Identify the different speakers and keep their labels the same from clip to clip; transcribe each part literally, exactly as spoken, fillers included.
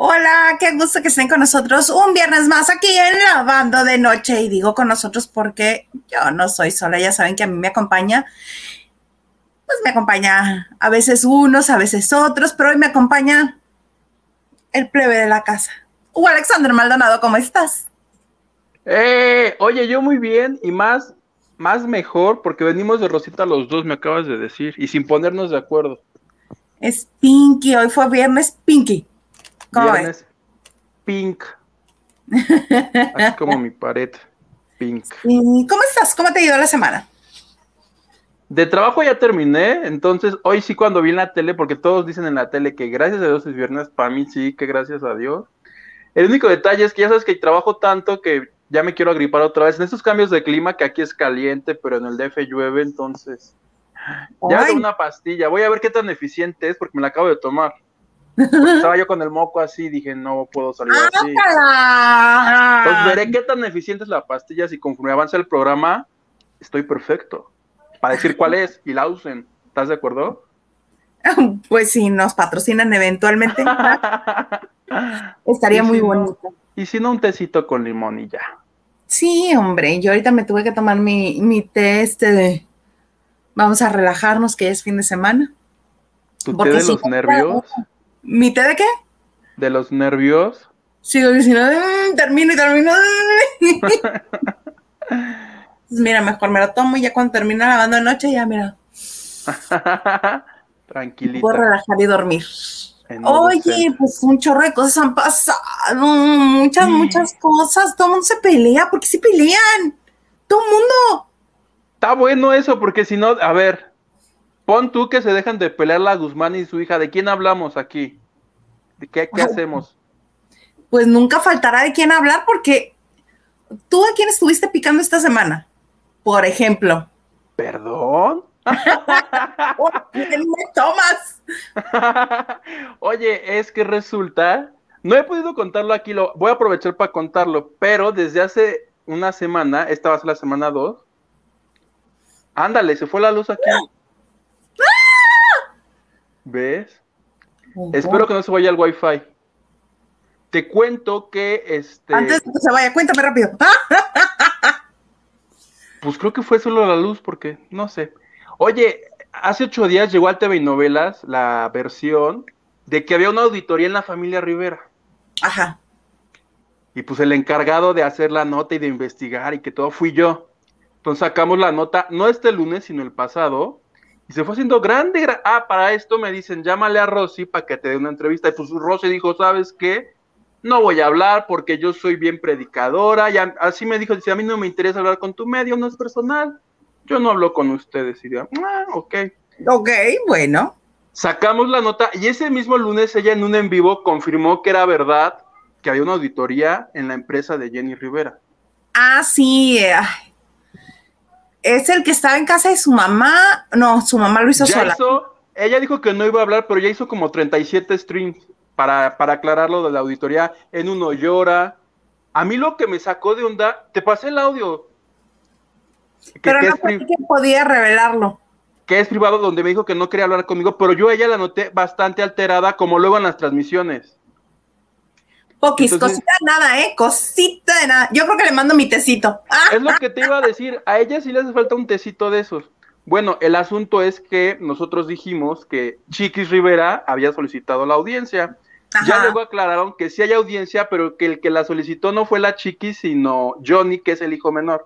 Speaker 1: Hola, qué gusto que estén con nosotros un viernes más aquí en Lavando de Noche. Y digo con nosotros porque yo no soy sola, ya saben que a mí me acompaña, pues me acompaña a veces unos, a veces otros, pero hoy me acompaña el plebe de la casa. Uh, Alexander Maldonado, ¿cómo estás?
Speaker 2: Eh, oye, yo muy bien y más, más mejor porque venimos de Rosita los dos, me acabas de decir, y sin ponernos de acuerdo.
Speaker 1: Es Pinky, hoy fue viernes Pinky. ¿Cómo ves?
Speaker 2: Viernes pink, así como mi pared pink.
Speaker 1: ¿Y cómo estás? ¿Cómo te ha ido la semana?
Speaker 2: De trabajo ya terminé, entonces hoy sí cuando vi en la tele, porque todos dicen en la tele que gracias a Dios es viernes, para mí sí que gracias a Dios. El único detalle es que ya sabes que trabajo tanto que ya me quiero agripar otra vez en estos cambios de clima que aquí es caliente, pero en el D F llueve, entonces ya me tomé
Speaker 1: Ay,
Speaker 2: una pastilla, voy a ver qué tan eficiente es porque me la acabo de tomar. Porque estaba yo con el moco así, dije, no puedo salir así. Entonces
Speaker 1: ¡ácala!
Speaker 2: veré qué tan eficiente es la pastilla, si conforme avanza el programa, estoy perfecto. Para decir cuál es y la usen. ¿Estás de acuerdo?
Speaker 1: Pues si nos patrocinan eventualmente, estaría
Speaker 2: Y
Speaker 1: muy
Speaker 2: si no,
Speaker 1: bonito.
Speaker 2: y si no, un tecito con limón y ya.
Speaker 1: Sí, hombre, yo ahorita me tuve que tomar mi, mi té este de vamos a relajarnos, que ya es fin de semana.
Speaker 2: ¿Tu té
Speaker 1: Porque
Speaker 2: de
Speaker 1: si
Speaker 2: los
Speaker 1: no,
Speaker 2: nervios?
Speaker 1: ¿mi té de qué?
Speaker 2: ¿De los nervios?
Speaker 1: Sigo diciendo, "Mm, termino y termino". Pues mira, mejor me lo tomo y ya cuando termina lavando de noche, ya mira, me puedo
Speaker 2: Tranquilita,
Speaker 1: relajar y dormir.
Speaker 2: en modo zen.
Speaker 1: Oye, pues un chorro de cosas han pasado, muchas, muchas cosas. Todo el mundo se pelea, ¿por qué se pelean? Todo el mundo.
Speaker 2: Está bueno eso, porque si no, a ver, pon tú que se dejan de pelear la Guzmán y su hija. ¿De quién hablamos aquí? ¿De qué, qué hacemos?
Speaker 1: Pues nunca faltará de quién hablar porque tú a quién estuviste picando esta semana, por ejemplo.
Speaker 2: ¿Perdón?
Speaker 1: ¿Por quién me tomas?
Speaker 2: Oye, es que resulta, no he podido contarlo aquí, lo voy a aprovechar para contarlo, pero desde hace una semana, esta va a ser la semana dos, ándale, se fue la luz aquí, ¿ves? Espero que no se vaya el wifi. Te cuento que,
Speaker 1: Antes
Speaker 2: este,
Speaker 1: de que se vaya, cuéntame rápido.
Speaker 2: pues creo que fue solo la luz, porque no sé. Oye, hace ocho días llegó al T V y Novelas la versión de que había una auditoría en la familia Rivera.
Speaker 1: Ajá.
Speaker 2: Y pues el encargado de hacer la nota y de investigar y que todo fui yo. Entonces sacamos la nota, no este lunes, sino el pasado, y se fue haciendo grande. gra- ah, para esto me dicen, llámale a Rosy para que te dé una entrevista. Y pues Rosy dijo, ¿sabes qué? No voy a hablar porque yo soy bien predicadora. Y a- así me dijo, dice, a mí no me interesa hablar con tu medio, no es personal. Yo no hablo con ustedes. Y yo, ah, ok.
Speaker 1: Ok, bueno.
Speaker 2: Sacamos la nota y ese mismo lunes ella en un en vivo confirmó que era verdad que había una auditoría en la empresa de Jenny Rivera.
Speaker 1: Ah, sí. Ay, es el que estaba en casa de su mamá. No, su mamá lo hizo
Speaker 2: Ya
Speaker 1: sola.
Speaker 2: hizo, ella dijo que no iba a hablar, pero ya hizo como treinta y siete streams para, para aclarar lo de la auditoría. En uno llora. A mí lo que me sacó de onda, te pasé el audio, que,
Speaker 1: Pero
Speaker 2: que,
Speaker 1: no
Speaker 2: es,
Speaker 1: creí
Speaker 2: pri,
Speaker 1: que podía revelarlo.
Speaker 2: que es privado, donde me dijo que no quería hablar conmigo, pero yo a ella la noté bastante alterada, como luego en las transmisiones.
Speaker 1: Poquis,
Speaker 2: Entonces,
Speaker 1: cosita de nada, ¿eh? Cosita de nada. Yo creo que le mando mi tecito. Ah,
Speaker 2: es lo que te iba a decir, a ella sí le hace falta un tecito de esos. Bueno, el asunto es que nosotros dijimos que Chiquis Rivera había solicitado la audiencia. Ya
Speaker 1: ajá.
Speaker 2: luego aclararon que sí hay audiencia, pero que el que la solicitó no fue la Chiquis, sino Johnny, que es el hijo menor.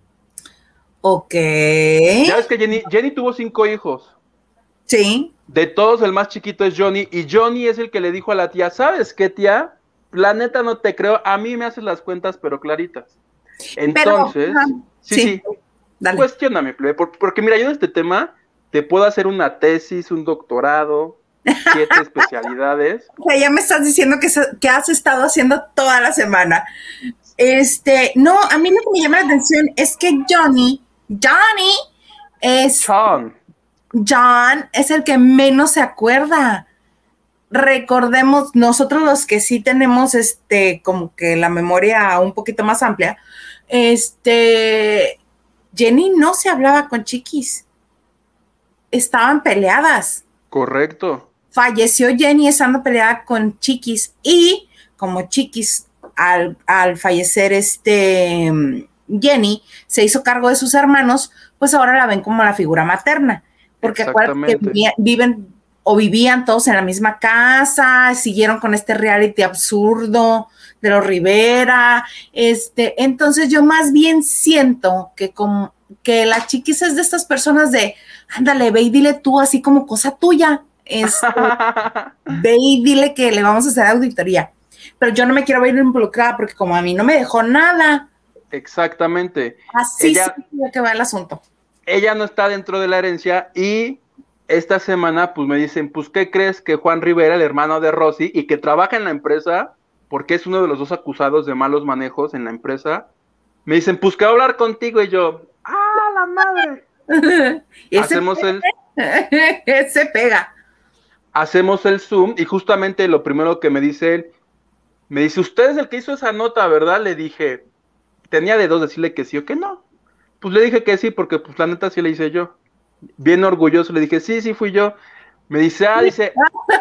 Speaker 1: Ok.
Speaker 2: Ya ves que Jenny, Jenny tuvo cinco hijos.
Speaker 1: Sí.
Speaker 2: De todos, el más chiquito es Johnny, y Johnny es el que le dijo a la tía, ¿sabes qué, tía? La neta no te creo, a mí me haces las cuentas, pero claritas.
Speaker 1: Pero, ajá.
Speaker 2: Entonces, sí,
Speaker 1: Sí,
Speaker 2: sí,
Speaker 1: dale.
Speaker 2: cuestióname, plebe, por- porque mira, yo en este tema te puedo hacer una tesis, un doctorado, siete especialidades.
Speaker 1: O sea, ya me estás diciendo que, se- que has estado haciendo toda la semana. Este, no, a mí lo que me llama la atención es que Johnny, Johnny es,
Speaker 2: Sean,
Speaker 1: John es el que menos se acuerda. Recordemos, nosotros los que sí tenemos este, como que la memoria un poquito más amplia, este, Jenny no se hablaba con Chiquis, estaban peleadas.
Speaker 2: correcto.
Speaker 1: falleció Jenny estando peleada con Chiquis y como Chiquis al, al fallecer este Jenny se hizo cargo de sus hermanos, pues ahora la ven como la figura materna, porque acuérdate que vivían, viven o vivían todos en la misma casa, siguieron con este reality absurdo de los Rivera, este, entonces yo más bien siento que como que la Chiquis es de estas personas de, ándale, ve y dile tú así como cosa tuya, este, ve y dile que le vamos a hacer auditoría, pero yo no me quiero ver involucrada porque como a mí no me dejó nada.
Speaker 2: Exactamente.
Speaker 1: Así ella, sí que va el asunto.
Speaker 2: Ella no está dentro de la herencia y esta semana pues me dicen, pues ¿qué crees que Juan Rivera, el hermano de Rosy y que trabaja en la empresa, porque es uno de los dos acusados de malos manejos en la empresa, me dicen, pues que hablar contigo y yo, ¡ah, la madre! Hacemos
Speaker 1: ese,
Speaker 2: el...
Speaker 1: Ese pega.
Speaker 2: Hacemos el Zoom y justamente lo primero que me dice él, me dice, usted es el que hizo esa nota, ¿verdad? Le dije, tenía de dos decirle que sí o que no. Pues le dije que sí, porque pues la neta sí le hice yo. Bien orgulloso, le dije, sí, sí fui yo. Me dice, ah, dice,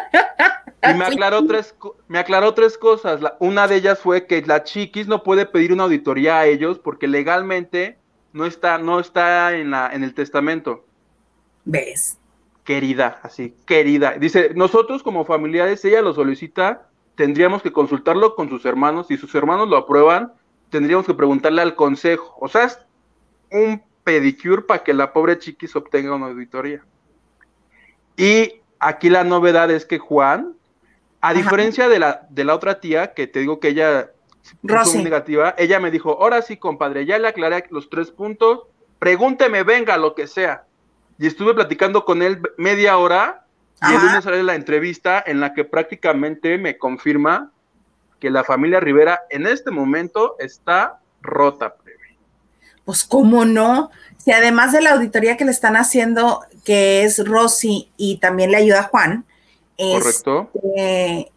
Speaker 2: y me aclaró tres, me aclaró tres cosas. La, una de ellas fue que la Chiquis no puede pedir una auditoría a ellos porque legalmente no está, no está en la, en el testamento.
Speaker 1: ¿Ves?
Speaker 2: Querida, así, querida. Dice, nosotros como familiares, ella lo solicita, tendríamos que consultarlo con sus hermanos. Si sus hermanos lo aprueban, tendríamos que preguntarle al consejo. O sea, es un pedicure para que la pobre Chiquis obtenga una auditoría. Y aquí la novedad es que Juan, a Ajá. diferencia de la, de la otra tía, que te digo que ella puso muy negativa, ella me dijo, ahora sí, compadre, ya le aclaré los tres puntos, pregúnteme, venga, lo que sea. Y estuve platicando con él media hora, y Ajá. el lunes sale la entrevista en la que prácticamente me confirma que la familia Rivera en este momento está rota.
Speaker 1: Pues cómo no, si además de la auditoría que le están haciendo, que es Rosy y también le ayuda a Juan,
Speaker 2: correcto.
Speaker 1: Este,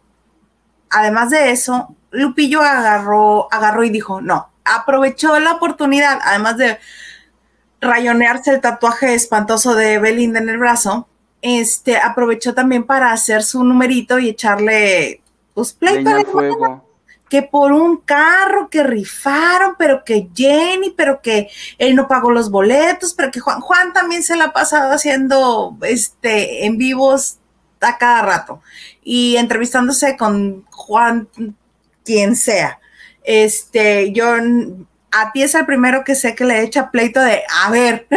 Speaker 1: además de eso, Lupillo agarró, agarró y dijo, no, aprovechó la oportunidad, además de rayonearse el tatuaje espantoso de Belinda en el brazo, este, aprovechó también para hacer su numerito y echarle pues pleito
Speaker 2: al fuego.
Speaker 1: Que por un carro que rifaron, pero que Jenny, pero que él no pagó los boletos, pero que Juan, Juan también se la ha pasado haciendo este en vivos a cada rato y entrevistándose con Juan, quien sea. Este, yo a ti es el primero que sé que le echa pleito de, a ver.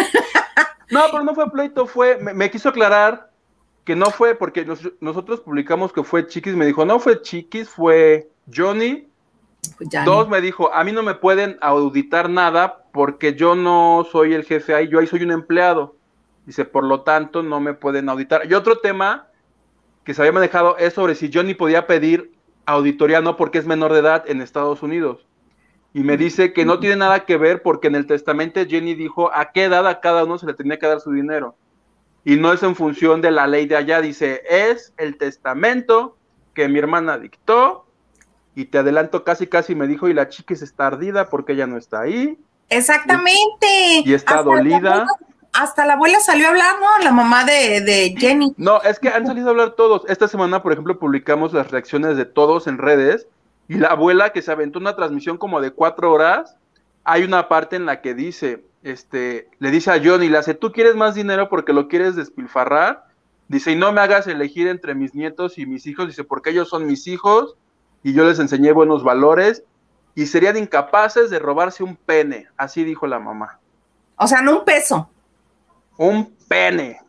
Speaker 2: No, pero no fue pleito, fue, me, me quiso aclarar que no fue, porque nos, nosotros publicamos que fue Chiquis, me dijo, no fue Chiquis, fue Johnny. Johnny. Dos, me dijo, a mí no me pueden auditar nada porque yo no soy el jefe ahí, yo ahí soy un empleado. Dice, por lo tanto, no me pueden auditar. Y otro tema que se había manejado es sobre si Johnny podía pedir auditoría, no porque es menor de edad en Estados Unidos. Y me dice que no tiene nada que ver porque en el testamento Jenny dijo a qué edad a cada uno se le tenía que dar su dinero. Y no es en función de la ley de allá, dice, es el testamento que mi hermana dictó, y te adelanto, casi casi me dijo, y la Chiquis está ardida porque ella no está ahí.
Speaker 1: Exactamente.
Speaker 2: Y, y está hasta dolida.
Speaker 1: La abuela, hasta la abuela salió a hablar, ¿no? La mamá de, de Jenny.
Speaker 2: No, es que han salido a hablar todos. Esta semana, por ejemplo, publicamos las reacciones de todos en redes, y la abuela que se aventó una transmisión como de cuatro horas, hay una parte en la que dice, este, le dice a Johnny, le hace, ¿tú quieres más dinero porque lo quieres despilfarrar? Dice, y no me hagas elegir entre mis nietos y mis hijos, dice, porque ellos son mis hijos, y yo les enseñé buenos valores, y serían incapaces de robarse un pene, así dijo la mamá.
Speaker 1: O sea, no un peso.
Speaker 2: Un pene.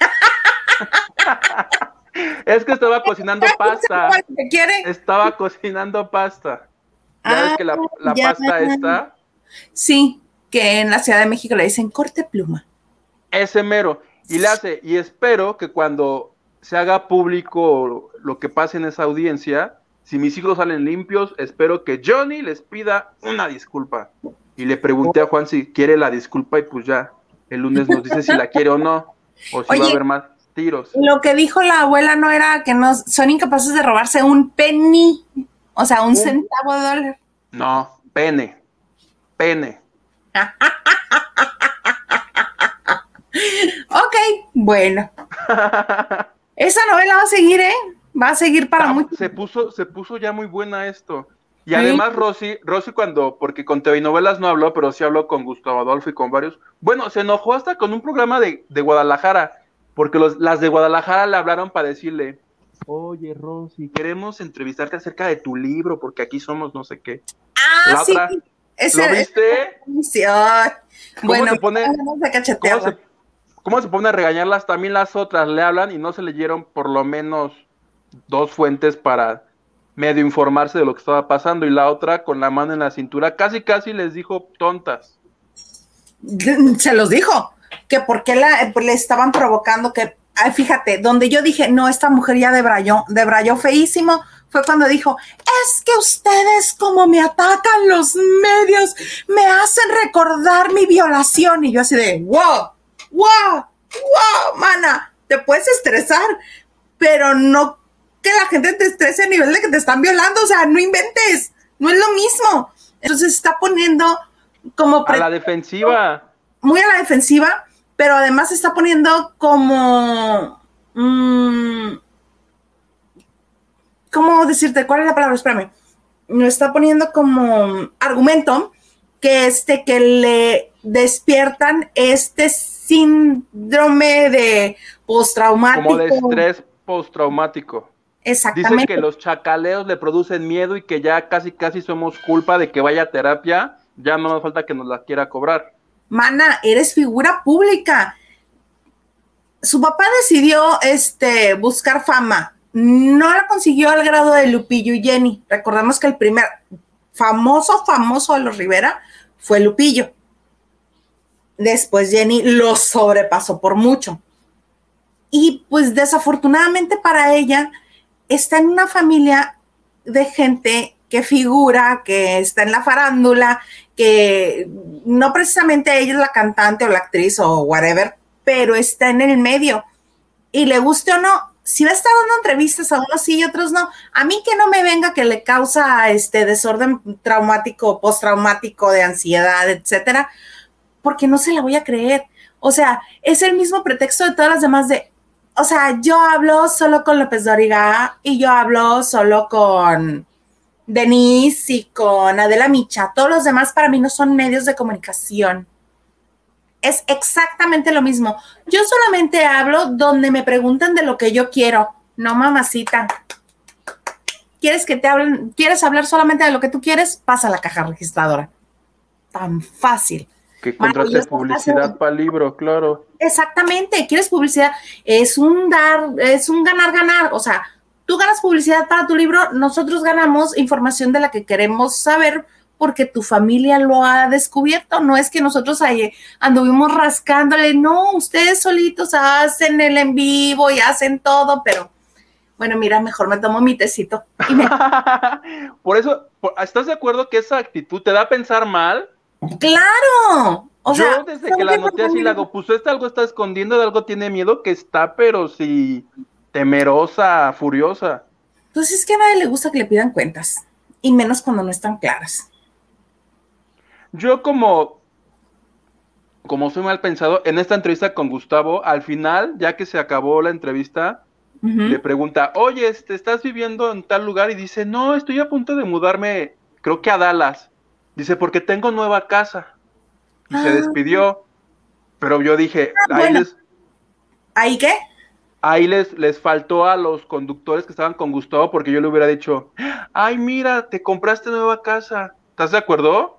Speaker 2: Es que estaba cocinando pasta.
Speaker 1: ¿Qué quiere?
Speaker 2: Estaba cocinando pasta. Ya ah, ves que la, la
Speaker 1: ya.
Speaker 2: pasta está.
Speaker 1: Sí, que en la Ciudad de México le dicen corte pluma.
Speaker 2: Ese mero. Y le hace, y espero que cuando se haga público lo que pase en esa audiencia, si mis hijos salen limpios, espero que Johnny les pida una disculpa. Y le pregunté a Juan si quiere la disculpa y pues ya, el lunes nos dice si la quiere o no, o si Oye, va a haber más tiros.
Speaker 1: Lo que dijo la abuela no era que no son incapaces de robarse un penny, o sea, un, un centavo de dólar.
Speaker 2: No, pene, pene.
Speaker 1: Ok, bueno. Esa novela va a seguir, ¿eh? Va a seguir para
Speaker 2: Ta-
Speaker 1: mucho.
Speaker 2: Se puso, se puso ya muy buena esto. Y
Speaker 1: Sí.
Speaker 2: además Rosy, Rosy cuando, porque con T V y novelas no habló, pero sí habló con Gustavo Adolfo y con varios. Bueno, se enojó hasta con un programa de, de Guadalajara, porque los, las de Guadalajara le hablaron para decirle, oye Rosy, queremos entrevistarte acerca de tu libro, porque aquí somos no sé qué.
Speaker 1: Ah,
Speaker 2: La
Speaker 1: sí.
Speaker 2: otra,
Speaker 1: Ese,
Speaker 2: ¿lo viste?
Speaker 1: sí, ay.
Speaker 2: ¿Cómo
Speaker 1: Bueno,
Speaker 2: se pone,
Speaker 1: vamos a
Speaker 2: cómo se,
Speaker 1: cachetearla.
Speaker 2: cómo se pone a regañarlas? También las otras le hablan y no se leyeron por lo menos dos fuentes para medio informarse de lo que estaba pasando, y la otra con la mano en la cintura, casi casi les dijo tontas.
Speaker 1: Se los dijo, que por qué la, le estaban provocando, que, ay, fíjate, donde yo dije, no, esta mujer ya debrayó, debrayó feísimo, fue cuando dijo, es que ustedes como me atacan los medios, me hacen recordar mi violación, y yo así de, wow, wow, wow, mana, te puedes estresar, pero no que la gente te estrese a nivel de que te están violando, o sea, no inventes, no es lo mismo. Entonces está poniendo como
Speaker 2: A la defensiva.
Speaker 1: muy a la defensiva, pero además se está poniendo como mmm, ¿cómo decirte? ¿Cuál es la palabra? Espérame. Me está poniendo como argumento que este que le despiertan este síndrome de postraumático.
Speaker 2: Como de estrés postraumático.
Speaker 1: Exactamente.
Speaker 2: Dice que los chacaleos le producen miedo y que ya casi casi somos culpa de que vaya a terapia, ya no nos falta que nos la quiera cobrar.
Speaker 1: Mana, eres figura pública. Su papá decidió este, buscar fama. No la consiguió al grado de Lupillo y Jenny. Recordemos que el primer famoso, famoso de los Rivera fue Lupillo. Después Jenny lo sobrepasó por mucho. Y pues desafortunadamente para ella, está en una familia de gente que figura, que está en la farándula, que no precisamente ella es la cantante o la actriz o whatever, pero está en el medio. Y le guste o no, si va a estar dando entrevistas a unos sí y otros no, a mí que no me venga que le causa este desorden traumático, postraumático, de ansiedad, etcétera, porque no se la voy a creer. O sea, es el mismo pretexto de todas las demás de, o sea, yo hablo solo con López Dóriga y yo hablo solo con Denise y con Adela Micha. Todos los demás para mí no son medios de comunicación. Es exactamente lo mismo. Yo solamente hablo donde me preguntan de lo que yo quiero. No, mamacita. ¿Quieres que te hablen? ¿Quieres hablar solamente de lo que tú quieres? Pasa a la caja registradora. Tan fácil.
Speaker 2: Que contrate publicidad para el libro, claro.
Speaker 1: Exactamente. ¿Quieres publicidad? Es un dar, es un ganar-ganar. O sea, tú ganas publicidad para tu libro, nosotros ganamos información de la que queremos saber porque tu familia lo ha descubierto. No es que nosotros ahí anduvimos rascándole, no, ustedes solitos hacen el en vivo y hacen todo, pero bueno, mira, mejor me tomo mi tecito. Y me...
Speaker 2: Por eso, por, ¿estás de acuerdo que esa actitud te da a pensar mal?
Speaker 1: ¡Claro! O
Speaker 2: Yo
Speaker 1: sea,
Speaker 2: desde que la noté así la hago, pues este algo está escondiendo, de algo tiene miedo, que está, pero sí, temerosa, furiosa.
Speaker 1: Pues es que a nadie le gusta que le pidan cuentas, y menos cuando no están claras.
Speaker 2: Yo como, como soy mal pensado, en esta entrevista con Gustavo, al final, ya que se acabó la entrevista, uh-huh. le pregunta, oye, este, ¿estás viviendo en tal lugar? Y dice, no, estoy a punto de mudarme, creo que a Dallas. Dice, porque tengo nueva casa. Y ah. se despidió. Pero yo dije,
Speaker 1: ah,
Speaker 2: ahí
Speaker 1: bueno.
Speaker 2: les...
Speaker 1: ¿Ahí qué?
Speaker 2: Ahí les, les faltó a los conductores que estaban con Gustavo, porque yo le hubiera dicho, ay, mira, te compraste nueva casa. ¿Estás de acuerdo?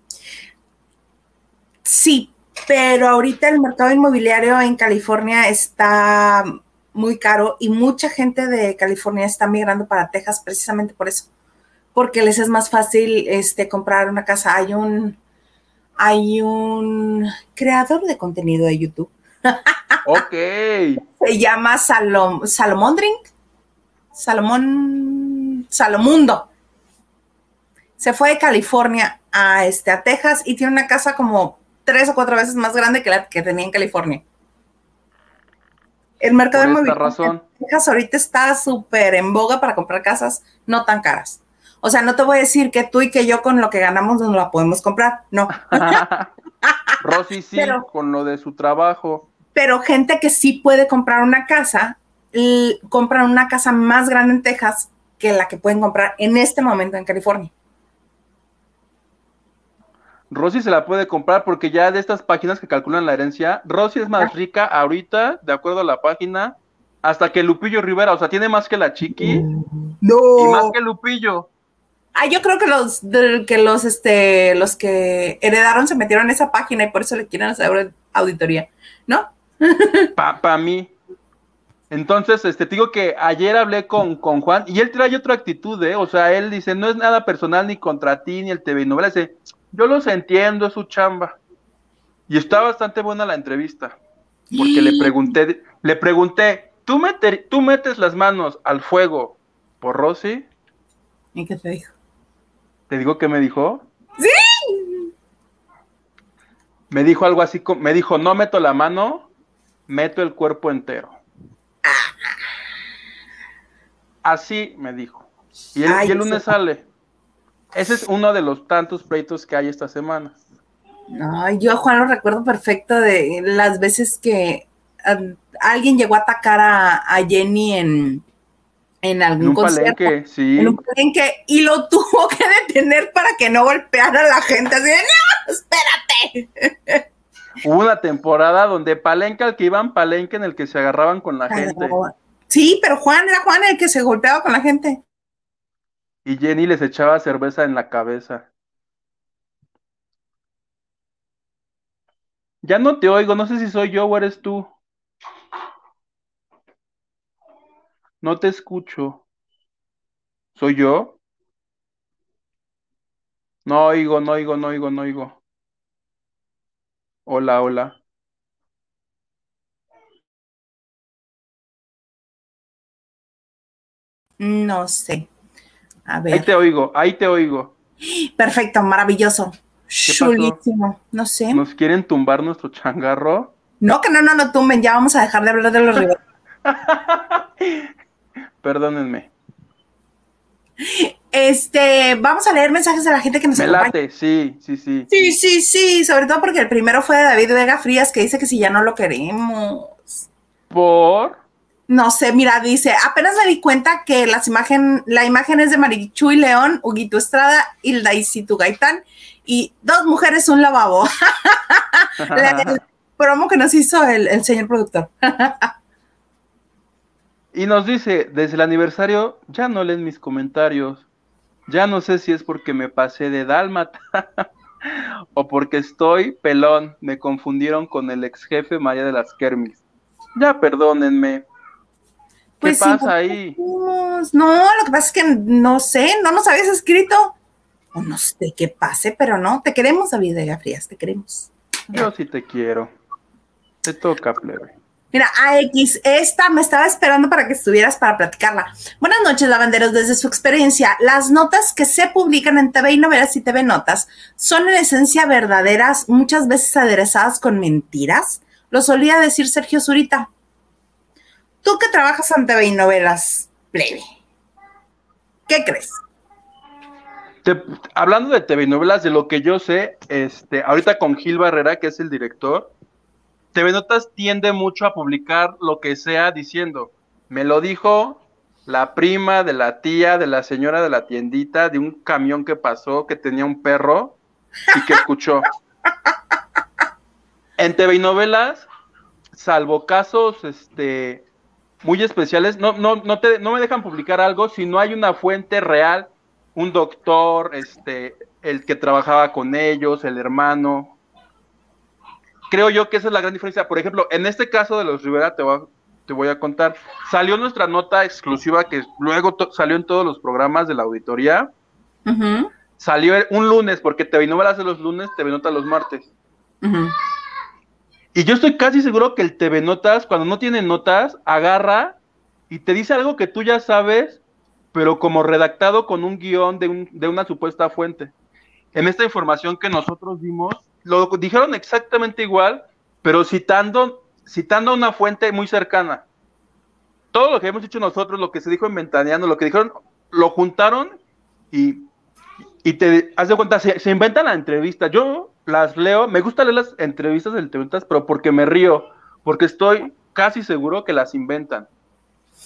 Speaker 1: Sí, pero ahorita el mercado inmobiliario en California está muy caro y mucha gente de California está migrando para Texas precisamente por eso, porque les es más fácil este, comprar una casa. Hay un, hay un creador de contenido de YouTube.
Speaker 2: Ok.
Speaker 1: Se llama Salom, Salomón Drink, Salomón, Salomundo. Se fue de California a, este, a Texas y tiene una casa como tres o cuatro veces más grande que la que tenía en California. El mercado inmobiliario en Texas ahorita está súper en boga para comprar casas no tan caras. O sea, no te voy a decir que tú y que yo con lo que ganamos no la podemos comprar, no.
Speaker 2: Rosy sí, pero, con lo de su trabajo.
Speaker 1: Pero gente que sí puede comprar una casa, l- compran una casa más grande en Texas que la que pueden comprar en este momento en California.
Speaker 2: Rosy se la puede comprar porque ya de estas páginas que calculan la herencia, Rosy es más rica ahorita, de acuerdo a la página, hasta que Lupillo Rivera, o sea, tiene más que la Chiqui y más
Speaker 1: No.
Speaker 2: que Lupillo.
Speaker 1: Ah, yo creo que los de- que los este los que heredaron se metieron en esa página y por eso le quieren hacer auditoría, ¿no?
Speaker 2: Pa, pa mí. Entonces, este, te digo que ayer hablé con, con Juan y él trae otra actitud, ¿eh? O sea, él dice, no es nada personal ni contra ti ni el T V novela, dice, yo los entiendo, es su chamba. Y está bastante buena la entrevista, porque le pregunté, le pregunté, ¿tú, meter, ¿tú metes las manos al fuego por Rosy?
Speaker 1: ¿Y qué te dijo?
Speaker 2: ¿Te digo qué me dijo?
Speaker 1: ¡Sí!
Speaker 2: Me dijo algo así, como, me dijo, no meto la mano, meto el cuerpo entero. Así me dijo. Y el,
Speaker 1: Ay,
Speaker 2: y el lunes
Speaker 1: eso.
Speaker 2: sale. Ese es uno de los tantos pleitos que hay esta semana.
Speaker 1: Ay, yo a Juan lo recuerdo perfecto de las veces que um, alguien llegó a atacar a, a Jenny en, en
Speaker 2: En
Speaker 1: algún
Speaker 2: un
Speaker 1: concierto,
Speaker 2: palenque,
Speaker 1: en un
Speaker 2: sí.
Speaker 1: palenque, y lo tuvo que detener para que no golpeara a la gente. Así de, no, espérate.
Speaker 2: Hubo una temporada donde palenque al que iban, palenque en el que se agarraban con la gente.
Speaker 1: Sí, pero Juan era Juan el que se golpeaba con la gente.
Speaker 2: Y Jenny les echaba cerveza en la cabeza. Ya no te oigo, no sé si soy yo o eres tú. No te escucho. ¿Soy yo? No oigo, no oigo, no oigo, no oigo. Hola, hola.
Speaker 1: No sé. A
Speaker 2: Ahí
Speaker 1: ver.
Speaker 2: te oigo, ahí te oigo.
Speaker 1: Perfecto, maravilloso.
Speaker 2: ¿Qué pasó?
Speaker 1: Chulísimo. No sé.
Speaker 2: ¿Nos quieren tumbar nuestro changarro?
Speaker 1: No, que no, no, no tumben. Ya vamos a dejar de hablar de los rivales.
Speaker 2: Perdónenme.
Speaker 1: Este, vamos a leer mensajes de la gente que nos
Speaker 2: Me
Speaker 1: acompaña.
Speaker 2: late, sí, sí, sí.
Speaker 1: Sí, sí, sí, sobre todo porque el primero fue de David Vega Frías, que dice que si ya no lo queremos.
Speaker 2: ¿Por?
Speaker 1: No sé, mira, dice, apenas me di cuenta que las imagen, la imagen es de Marichuy León, Huguito Estrada, Hilda Isitu Gaitán y dos mujeres, un lavabo. La, el promo que nos hizo el, el señor productor.
Speaker 2: Y nos dice, desde el aniversario, ya no leen mis comentarios. Ya no sé si es porque me pasé de dálmata o porque estoy pelón. Me confundieron con el ex jefe María de las Kermis. Ya perdónenme. ¿Qué
Speaker 1: Pues sí,
Speaker 2: pasa ahí?
Speaker 1: no, lo que pasa es que no sé, no nos habías escrito. O no sé qué pase, pero no, te queremos, David Vega Frías, te queremos.
Speaker 2: Yo sí te quiero. Te toca, plebe.
Speaker 1: Mira, A X, esta me estaba esperando para que estuvieras para platicarla. Buenas noches, lavanderos. Desde su experiencia, las notas que se publican en T V y novelas y T V Notas son en esencia verdaderas, muchas veces aderezadas con mentiras. Lo solía decir Sergio Zurita. Tú que trabajas en T V y novelas, plebe, ¿qué crees?
Speaker 2: Te, hablando de T V novelas, de lo que yo sé, este, ahorita con Gil Barrera, que es el director, T V Notas tiende mucho a publicar lo que sea diciendo, me lo dijo la prima de la tía, de la señora de la tiendita, de un camión que pasó, que tenía un perro y que escuchó. En T V novelas, salvo casos este, muy especiales, no, no, no, te, no me dejan publicar algo si no hay una fuente real, un doctor, este, el que trabajaba con ellos, el hermano. Creo yo que esa es la gran diferencia. Por ejemplo, en este caso de los Rivera, te voy a, te voy a contar, salió nuestra nota exclusiva que luego to- salió en todos los programas de la auditoría.
Speaker 1: Uh-huh.
Speaker 2: Salió un lunes, porque T V Novelas hace los lunes, T V Notas los martes.
Speaker 1: Uh-huh.
Speaker 2: Y yo estoy casi seguro que el T V Notas, cuando no tiene notas, agarra y te dice algo que tú ya sabes, pero como redactado con un guión de, un, de una supuesta fuente. En esta información que nosotros dimos, lo dijeron exactamente igual, pero citando, citando una fuente muy cercana. Todo lo que hemos dicho nosotros, lo que se dijo en Ventaneando, lo que dijeron, lo juntaron y, y te haz de cuenta, se, se inventan la entrevista. Yo las leo, me gusta leer las entrevistas del T V Notas, pero porque me río, porque estoy casi seguro que las inventan.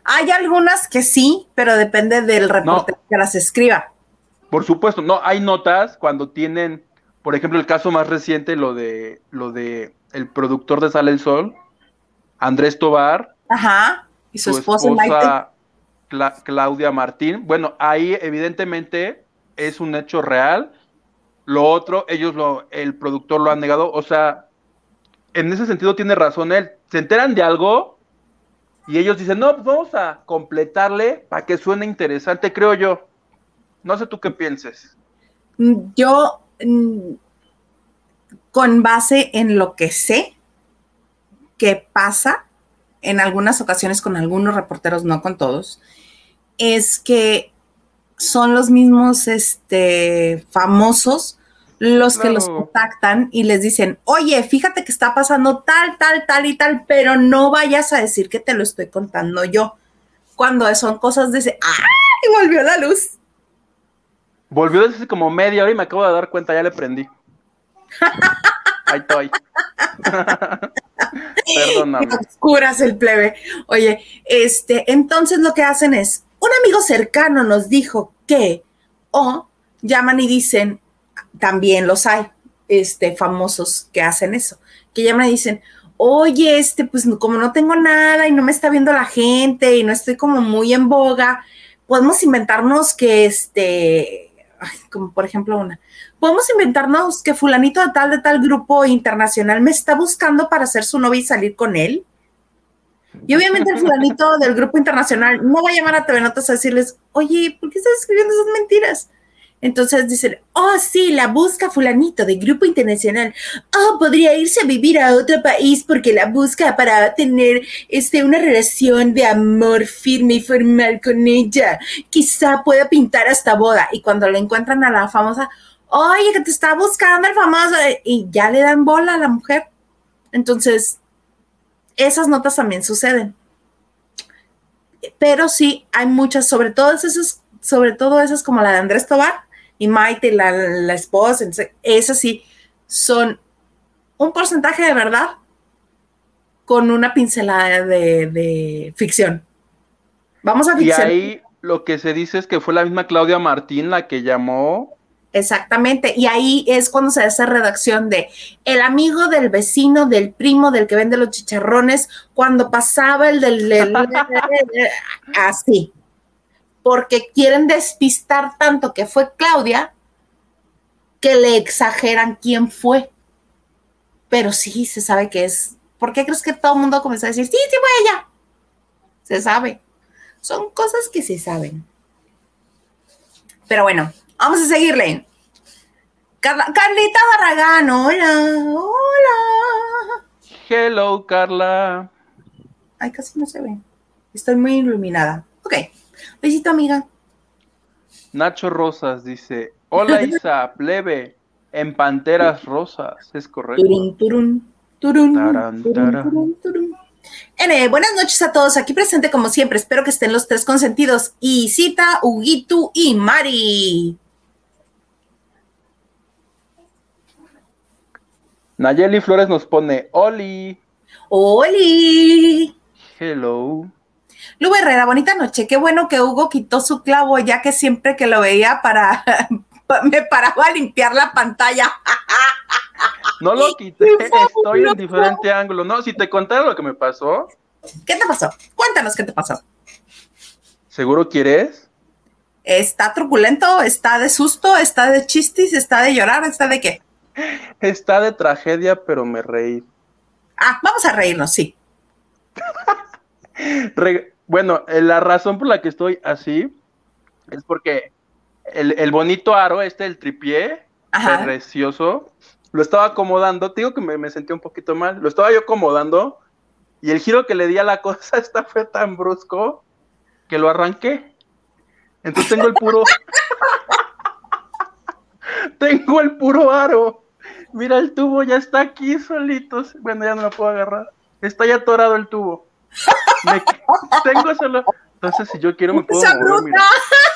Speaker 1: Hay algunas que sí, pero depende del reportero
Speaker 2: No,
Speaker 1: que las escriba.
Speaker 2: por supuesto, no, hay notas cuando tienen, por ejemplo, el caso más reciente, lo de, lo de el productor de Sale el Sol, Andrés Tobar,
Speaker 1: Ajá. Y su
Speaker 2: su
Speaker 1: esposa Maite.
Speaker 2: esposa Cla- Claudia Martín. Bueno, ahí evidentemente es un hecho real. Lo otro, ellos lo, el productor lo ha negado. O sea, en ese sentido tiene razón él. Se enteran de algo y ellos dicen, no, pues vamos a completarle para que suene interesante, creo yo. No sé tú qué pienses.
Speaker 1: Yo, mm, con base en lo que sé que pasa en algunas ocasiones con algunos reporteros, no con todos, es que son los mismos este, famosos los que los
Speaker 2: Claro.
Speaker 1: contactan y les dicen, oye, fíjate que está pasando tal, tal, tal y tal, pero no vayas a decir que te lo estoy contando yo. Cuando son cosas de ese, ¡ay! Volvió la luz.
Speaker 2: Volvió desde hace como media hora y me acabo de dar cuenta, ya le prendí. Ahí estoy.
Speaker 1: Qué
Speaker 2: Perdóname.
Speaker 1: oscuras el plebe. Oye, este, entonces lo que hacen es, un amigo cercano nos dijo que, o llaman y dicen, también los hay, este, famosos que hacen eso, que llaman y dicen, oye, este, pues como no tengo nada y no me está viendo la gente y no estoy como muy en boga, podemos inventarnos que, este, ay, como por ejemplo una, podemos inventarnos que fulanito de tal, de tal grupo internacional me está buscando para ser su novia y salir con él. Y obviamente el fulanito del grupo internacional no va a llamar a T V Notas a decirles, oye, ¿por qué estás escribiendo esas mentiras? Entonces dicen, oh, sí, la busca fulanito de grupo internacional. Oh, podría irse a vivir a otro país porque la busca para tener este, una relación de amor firme y formal con ella. Quizá pueda pintar hasta boda. Y cuando le encuentran a la famosa, oye, que te está buscando el famoso, y ya le dan bola a la mujer. Entonces, esas notas también suceden. Pero sí, hay muchas, sobre todo esas, sobre todo esas como la de Andrés Tobar y Maite, la, la esposa, esas sí son un porcentaje de verdad con una pincelada de, de ficción. Vamos a
Speaker 2: Y
Speaker 1: ficción.
Speaker 2: ahí lo que se dice es que fue la misma Claudia Martín la que llamó.
Speaker 1: Exactamente, y ahí es cuando se hace redacción de el amigo del vecino, del primo, del que vende los chicharrones, cuando pasaba el del... del así, porque quieren despistar tanto que fue Claudia que le exageran quién fue. Pero sí, se sabe que es. ¿Por qué crees que todo el mundo comenzó a decir, sí, sí fue ella? Se sabe. Son cosas que se saben. Pero bueno, vamos a seguirle. Carla, Carlita Barragán, hola, hola.
Speaker 2: Hello, Carla.
Speaker 1: Ay, casi no se ve. Estoy muy iluminada. Ok. Besito, amiga.
Speaker 2: Nacho Rosas dice, hola Isa, plebe, en Panteras Rosas, es correcto.
Speaker 1: Turun, turun, turun,
Speaker 2: Tarán,
Speaker 1: turun,
Speaker 2: tarán.
Speaker 1: turun, turun. N, buenas noches a todos, aquí presente como siempre, espero que estén los tres consentidos, Isita, Huguito y Mari.
Speaker 2: Nayeli Flores nos pone, Oli,
Speaker 1: ¡Oli!
Speaker 2: hello.
Speaker 1: Lu Herrera, bonita noche, qué bueno que Hugo quitó su clavo, ya que siempre que lo veía para, me paraba a limpiar la pantalla.
Speaker 2: No lo quité, estoy en diferente ángulo. No, si te contara lo que me pasó.
Speaker 1: ¿Qué te pasó? Cuéntanos qué te pasó.
Speaker 2: ¿Seguro quieres?
Speaker 1: ¿Está truculento? ¿Está de susto? ¿Está de chistis? ¿Está de llorar? ¿Está de qué?
Speaker 2: Está de tragedia, pero me reí.
Speaker 1: Ah, vamos a reírnos, sí.
Speaker 2: Re bueno, eh, la razón por la que estoy así es porque el, el bonito aro, este, el tripié,
Speaker 1: Ajá.
Speaker 2: precioso, lo estaba acomodando. Te digo que me, me sentí un poquito mal. Lo estaba yo acomodando y el giro que le di a la cosa esta fue tan brusco que lo arranqué. Entonces tengo el puro... tengo el puro aro. Mira, el tubo ya está aquí solito. Bueno, ya no lo puedo agarrar. Está ya atorado el tubo. Me... tengo solo... Entonces, si yo quiero, me puedo
Speaker 1: ¡Esa
Speaker 2: mover,
Speaker 1: bruta!
Speaker 2: mira.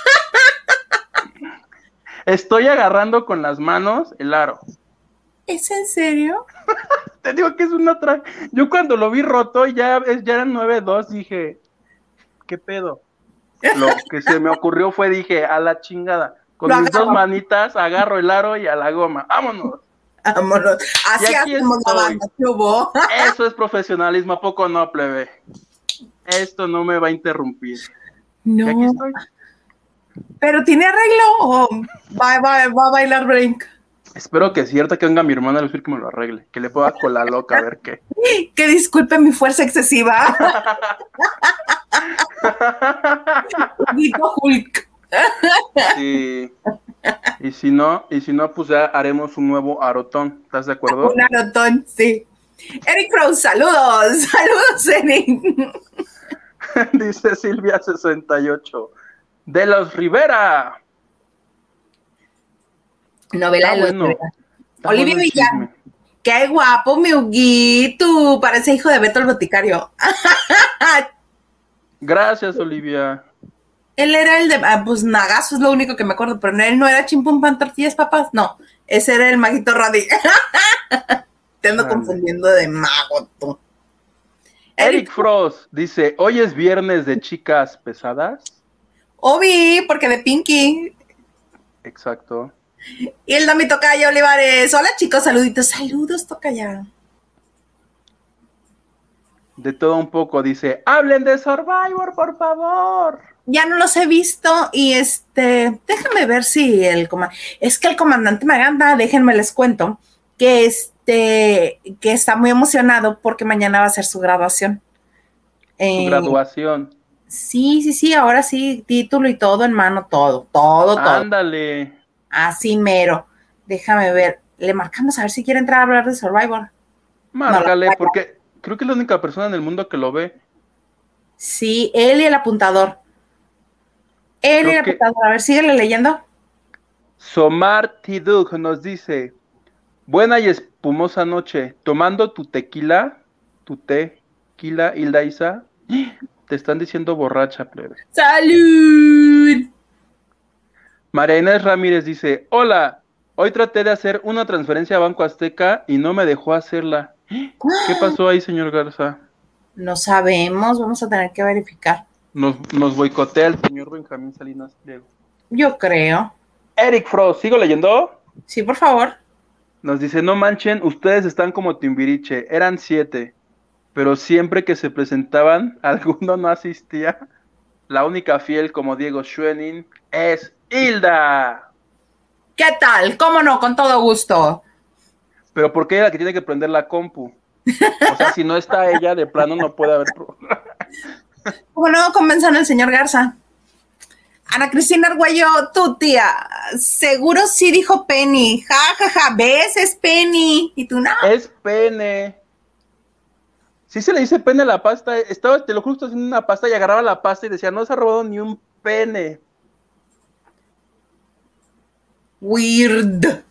Speaker 2: Estoy agarrando con las manos el aro.
Speaker 1: ¿Es en serio?
Speaker 2: Te digo que es una tra... Yo cuando lo vi roto, ya, ya eran nueve dos, dije, ¿qué pedo? Lo que se me ocurrió fue, dije, a la chingada. Con
Speaker 1: Lo
Speaker 2: mis
Speaker 1: agarro.
Speaker 2: dos manitas agarro el aro y a la goma. ¡Vámonos!
Speaker 1: Vámonos. Así
Speaker 2: Y aquí
Speaker 1: hacemos la
Speaker 2: estoy.
Speaker 1: banda, ¿qué hubo?
Speaker 2: Eso es profesionalismo, ¿a poco no, plebe? Esto no me va a interrumpir.
Speaker 1: No.
Speaker 2: Y aquí estoy.
Speaker 1: ¿Pero tiene arreglo o va, va, va a bailar break?
Speaker 2: Espero que es cierto que venga mi hermana a decir que me lo arregle. Que le pueda con la loca a ver qué.
Speaker 1: Que disculpe mi fuerza excesiva. Dijo Hulk.
Speaker 2: Sí. Y si no, y si no, pues ya haremos un nuevo arotón. ¿Estás de acuerdo?
Speaker 1: Un arotón, sí. Eric Rose, saludos. Saludos, Eric.
Speaker 2: Dice Silvia sesenta y ocho. De los Rivera.
Speaker 1: Novela
Speaker 2: Está
Speaker 1: de los
Speaker 2: bueno.
Speaker 1: Rivera.
Speaker 2: Está
Speaker 1: Olivia
Speaker 2: bueno el
Speaker 1: Villar.
Speaker 2: chisme.
Speaker 1: Qué guapo, mi Huguito. Parece hijo de Beto el Boticario.
Speaker 2: Gracias, Olivia.
Speaker 1: Él era el de, ah, pues Nagazo es lo único que me acuerdo, pero él no era Chimpum Pan Tortillas Papas, no, ese era el Maguito Radi. Te ando
Speaker 2: Chale.
Speaker 1: confundiendo de mago tú.
Speaker 2: Eric Frost dice, hoy es viernes de chicas pesadas.
Speaker 1: Obi, porque de Pinky.
Speaker 2: Exacto.
Speaker 1: Y el Dami Tocaya Olivares. Hola chicos, saluditos, saludos Tocaya.
Speaker 2: De todo un poco, dice, hablen de Survivor, por favor.
Speaker 1: Ya no los he visto y este, déjame ver si el comandante, es que el comandante Maganda, déjenme les cuento, que este, que está muy emocionado porque mañana va a ser su graduación.
Speaker 2: Su
Speaker 1: Eh,
Speaker 2: graduación.
Speaker 1: Sí, sí, sí, ahora sí, título y todo en mano, todo, todo, todo.
Speaker 2: Ándale.
Speaker 1: Así mero. Déjame ver, le marcamos a ver si quiere entrar a hablar de Survivor.
Speaker 2: Márcale,
Speaker 1: No,
Speaker 2: porque creo que es la única persona en el mundo que lo ve.
Speaker 1: Sí, él y el apuntador. Él
Speaker 2: Creo
Speaker 1: y el
Speaker 2: que-
Speaker 1: apuntador. A ver, síguele leyendo.
Speaker 2: Somar Tiduk nos dice, buena y espumosa noche, tomando tu tequila, tu tequila, Hilda Isa, te están diciendo borracha, plebe.
Speaker 1: ¡Salud!
Speaker 2: María Inés Ramírez dice, hola, hoy traté de hacer una transferencia a Banco Azteca y no me dejó hacerla. ¿Qué pasó ahí, señor Garza?
Speaker 1: No sabemos, vamos a tener que verificar.
Speaker 2: Nos, nos boicotea el señor Benjamín Salinas Pliego.
Speaker 1: Yo creo.
Speaker 2: Eric Frost, ¿sigo leyendo?
Speaker 1: Sí, por favor.
Speaker 2: Nos dice, no manchen, ustedes están como Timbiriche, eran siete, pero siempre que se presentaban, alguno no asistía. La única fiel como Diego Schwenning es Hilda.
Speaker 1: ¿Qué tal? ¿Cómo no? Con todo gusto.
Speaker 2: Pero ¿por qué ella es la que tiene que prender la compu? O sea, si no está ella, de plano no puede haber problema.
Speaker 1: ¿Cómo no? Convenzan al señor Garza. Ana Cristina Arguello, tu tía, seguro sí dijo Penny. Ja, ja, ja, ¿ves? Es Penny. Y tú no.
Speaker 2: Es pene. Sí se le dice pene a la pasta. Estaba, te lo juro, estaba haciendo una pasta y agarraba la pasta y decía, no se ha robado ni un pene.
Speaker 1: Weird.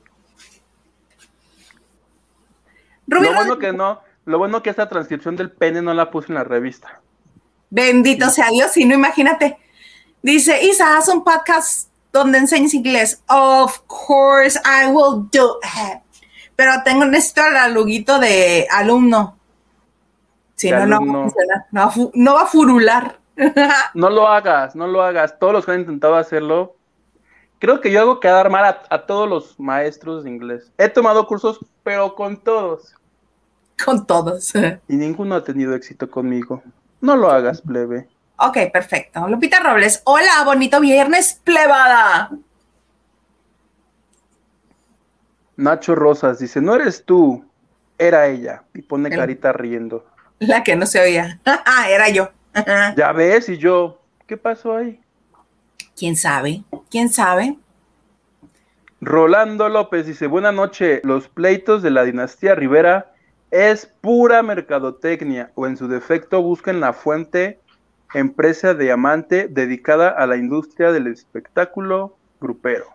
Speaker 1: Rubí
Speaker 2: Lo bueno
Speaker 1: Rodríguez.
Speaker 2: que no, lo bueno que esta transcripción del pene no la puse en la revista.
Speaker 1: Bendito sea Dios, si no, imagínate. Dice, Isa, haz un podcast donde enseñes inglés. Of course I will do it. Pero tengo necesito el aluguito de alumno. Si
Speaker 2: De
Speaker 1: no, no va a
Speaker 2: alumno.
Speaker 1: funcionar. No va a, fu- no va a furular.
Speaker 2: No lo hagas, no lo hagas. Todos los que han intentado hacerlo, creo que yo hago quedar mal a, a todos los maestros de inglés. He tomado cursos, pero con todos.
Speaker 1: Con todos.
Speaker 2: Y ninguno ha tenido éxito conmigo. No lo hagas, plebe.
Speaker 1: Ok, perfecto. Lupita Robles. Hola, bonito viernes, plebada.
Speaker 2: Nacho Rosas dice, no eres tú, era ella. Y pone
Speaker 1: El-
Speaker 2: carita riendo.
Speaker 1: La que no se oía. Era yo.
Speaker 2: Ya ves, y yo, ¿qué pasó ahí?
Speaker 1: ¿Quién sabe? ¿Quién sabe?
Speaker 2: Rolando López dice, buena noche, los pleitos de la dinastía Rivera es pura mercadotecnia, o en su defecto busquen la fuente empresa de diamante dedicada a la industria del espectáculo grupero.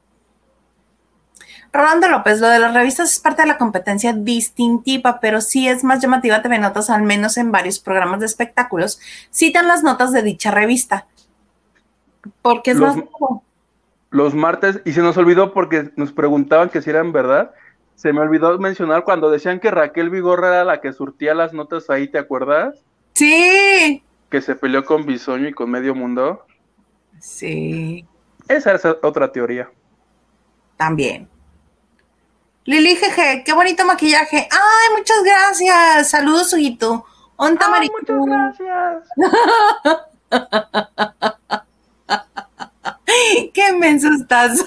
Speaker 1: Rolando López, lo de las revistas es parte de la competencia distintiva, pero sí es más llamativa T V Notas, al menos en varios programas de espectáculos, citan las notas de dicha revista. Porque es
Speaker 2: Los-
Speaker 1: más nuevo.
Speaker 2: Los martes, y se nos olvidó porque nos preguntaban que si eran verdad, se me olvidó mencionar cuando decían que Raquel Vigorra era la que surtía las notas ahí, ¿te acuerdas?
Speaker 1: Sí,
Speaker 2: que se peleó con Bisoño y con Medio Mundo.
Speaker 1: Sí.
Speaker 2: Esa es otra teoría.
Speaker 1: También. Lili, jeje, qué bonito maquillaje. Ay, muchas gracias. Saludos, Huguito. Onta
Speaker 2: Ay,
Speaker 1: Marichu.
Speaker 2: muchas gracias.
Speaker 1: Qué menso estás.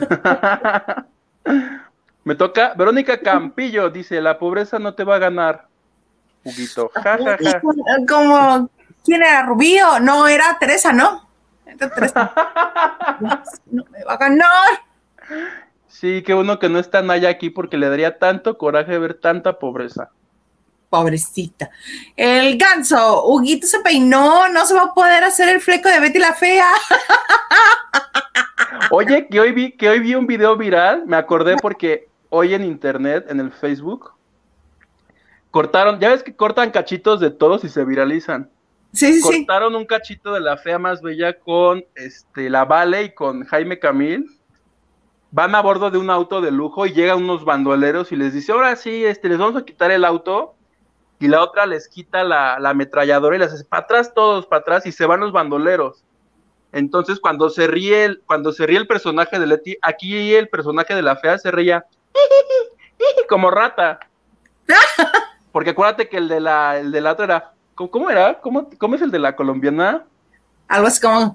Speaker 2: Me toca, Verónica Campillo dice, la pobreza no te va a ganar, Huguito. Ja, ja, ja.
Speaker 1: Como, ¿quién era? Rubío. No, era Teresa, ¿no? Era Teresa. No me va a ganar.
Speaker 2: Sí, qué bueno que no está Naya aquí porque le daría tanto coraje ver tanta pobreza.
Speaker 1: Pobrecita. El ganso, Huguito se peinó, no se va a poder hacer el fleco de Betty la Fea.
Speaker 2: Oye, que hoy vi, que hoy vi un video viral, me acordé porque hoy en internet, en el Facebook, cortaron, ya ves que cortan cachitos de todos y se viralizan.
Speaker 1: Sí, sí,
Speaker 2: cortaron
Speaker 1: sí.
Speaker 2: un cachito de la Fea Más Bella con este la Vale y con Jaime Camil. Van a bordo de un auto de lujo y llegan unos bandoleros y les dice, ahora sí, este, les vamos a quitar el auto. Y la otra les quita la, la ametralladora y les hace para atrás todos, para atrás, y se van los bandoleros. Entonces, cuando se ríe el, cuando se ríe el personaje de Leti, aquí el personaje de la Fea se reía como rata. Porque acuérdate que el de la, el de la otra era, ¿cómo, cómo era? ¿Cómo, ¿Cómo es el de la colombiana?
Speaker 1: Algo así como...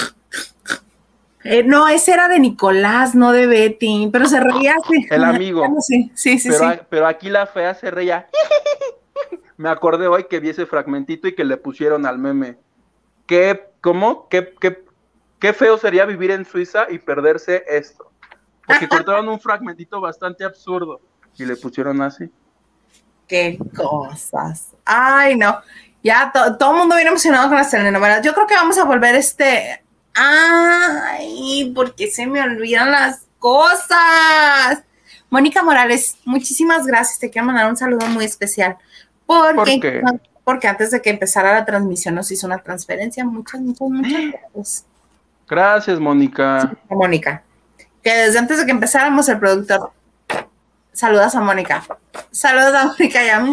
Speaker 1: Eh, no, ese era de Nicolás, no de Betty, pero se reía así.
Speaker 2: El amigo.
Speaker 1: Sí, sí, sí.
Speaker 2: Pero,
Speaker 1: sí.
Speaker 2: pero aquí la Fea se reía. Me acordé hoy que vi ese fragmentito y que le pusieron al meme. ¿Qué, cómo? ¿Qué, qué, qué feo sería vivir en Suiza y perderse esto? Porque cortaron un fragmentito bastante absurdo y le pusieron así.
Speaker 1: Qué cosas. Ay, no. Ya to, todo el mundo viene emocionado con las telenovelas. Yo creo que vamos a volver este... Ay, porque se me olvidan las cosas. Mónica Morales, muchísimas gracias. Te quiero mandar un saludo muy especial. Porque,
Speaker 2: ¿Por qué?
Speaker 1: Porque antes de que empezara la transmisión nos hizo una transferencia. Muchas, muchas, muchas gracias.
Speaker 2: Gracias, Mónica.
Speaker 1: Sí, Mónica. Que desde antes de que empezáramos el productor. Saludos a Mónica. Saludos a Mónica. Ya.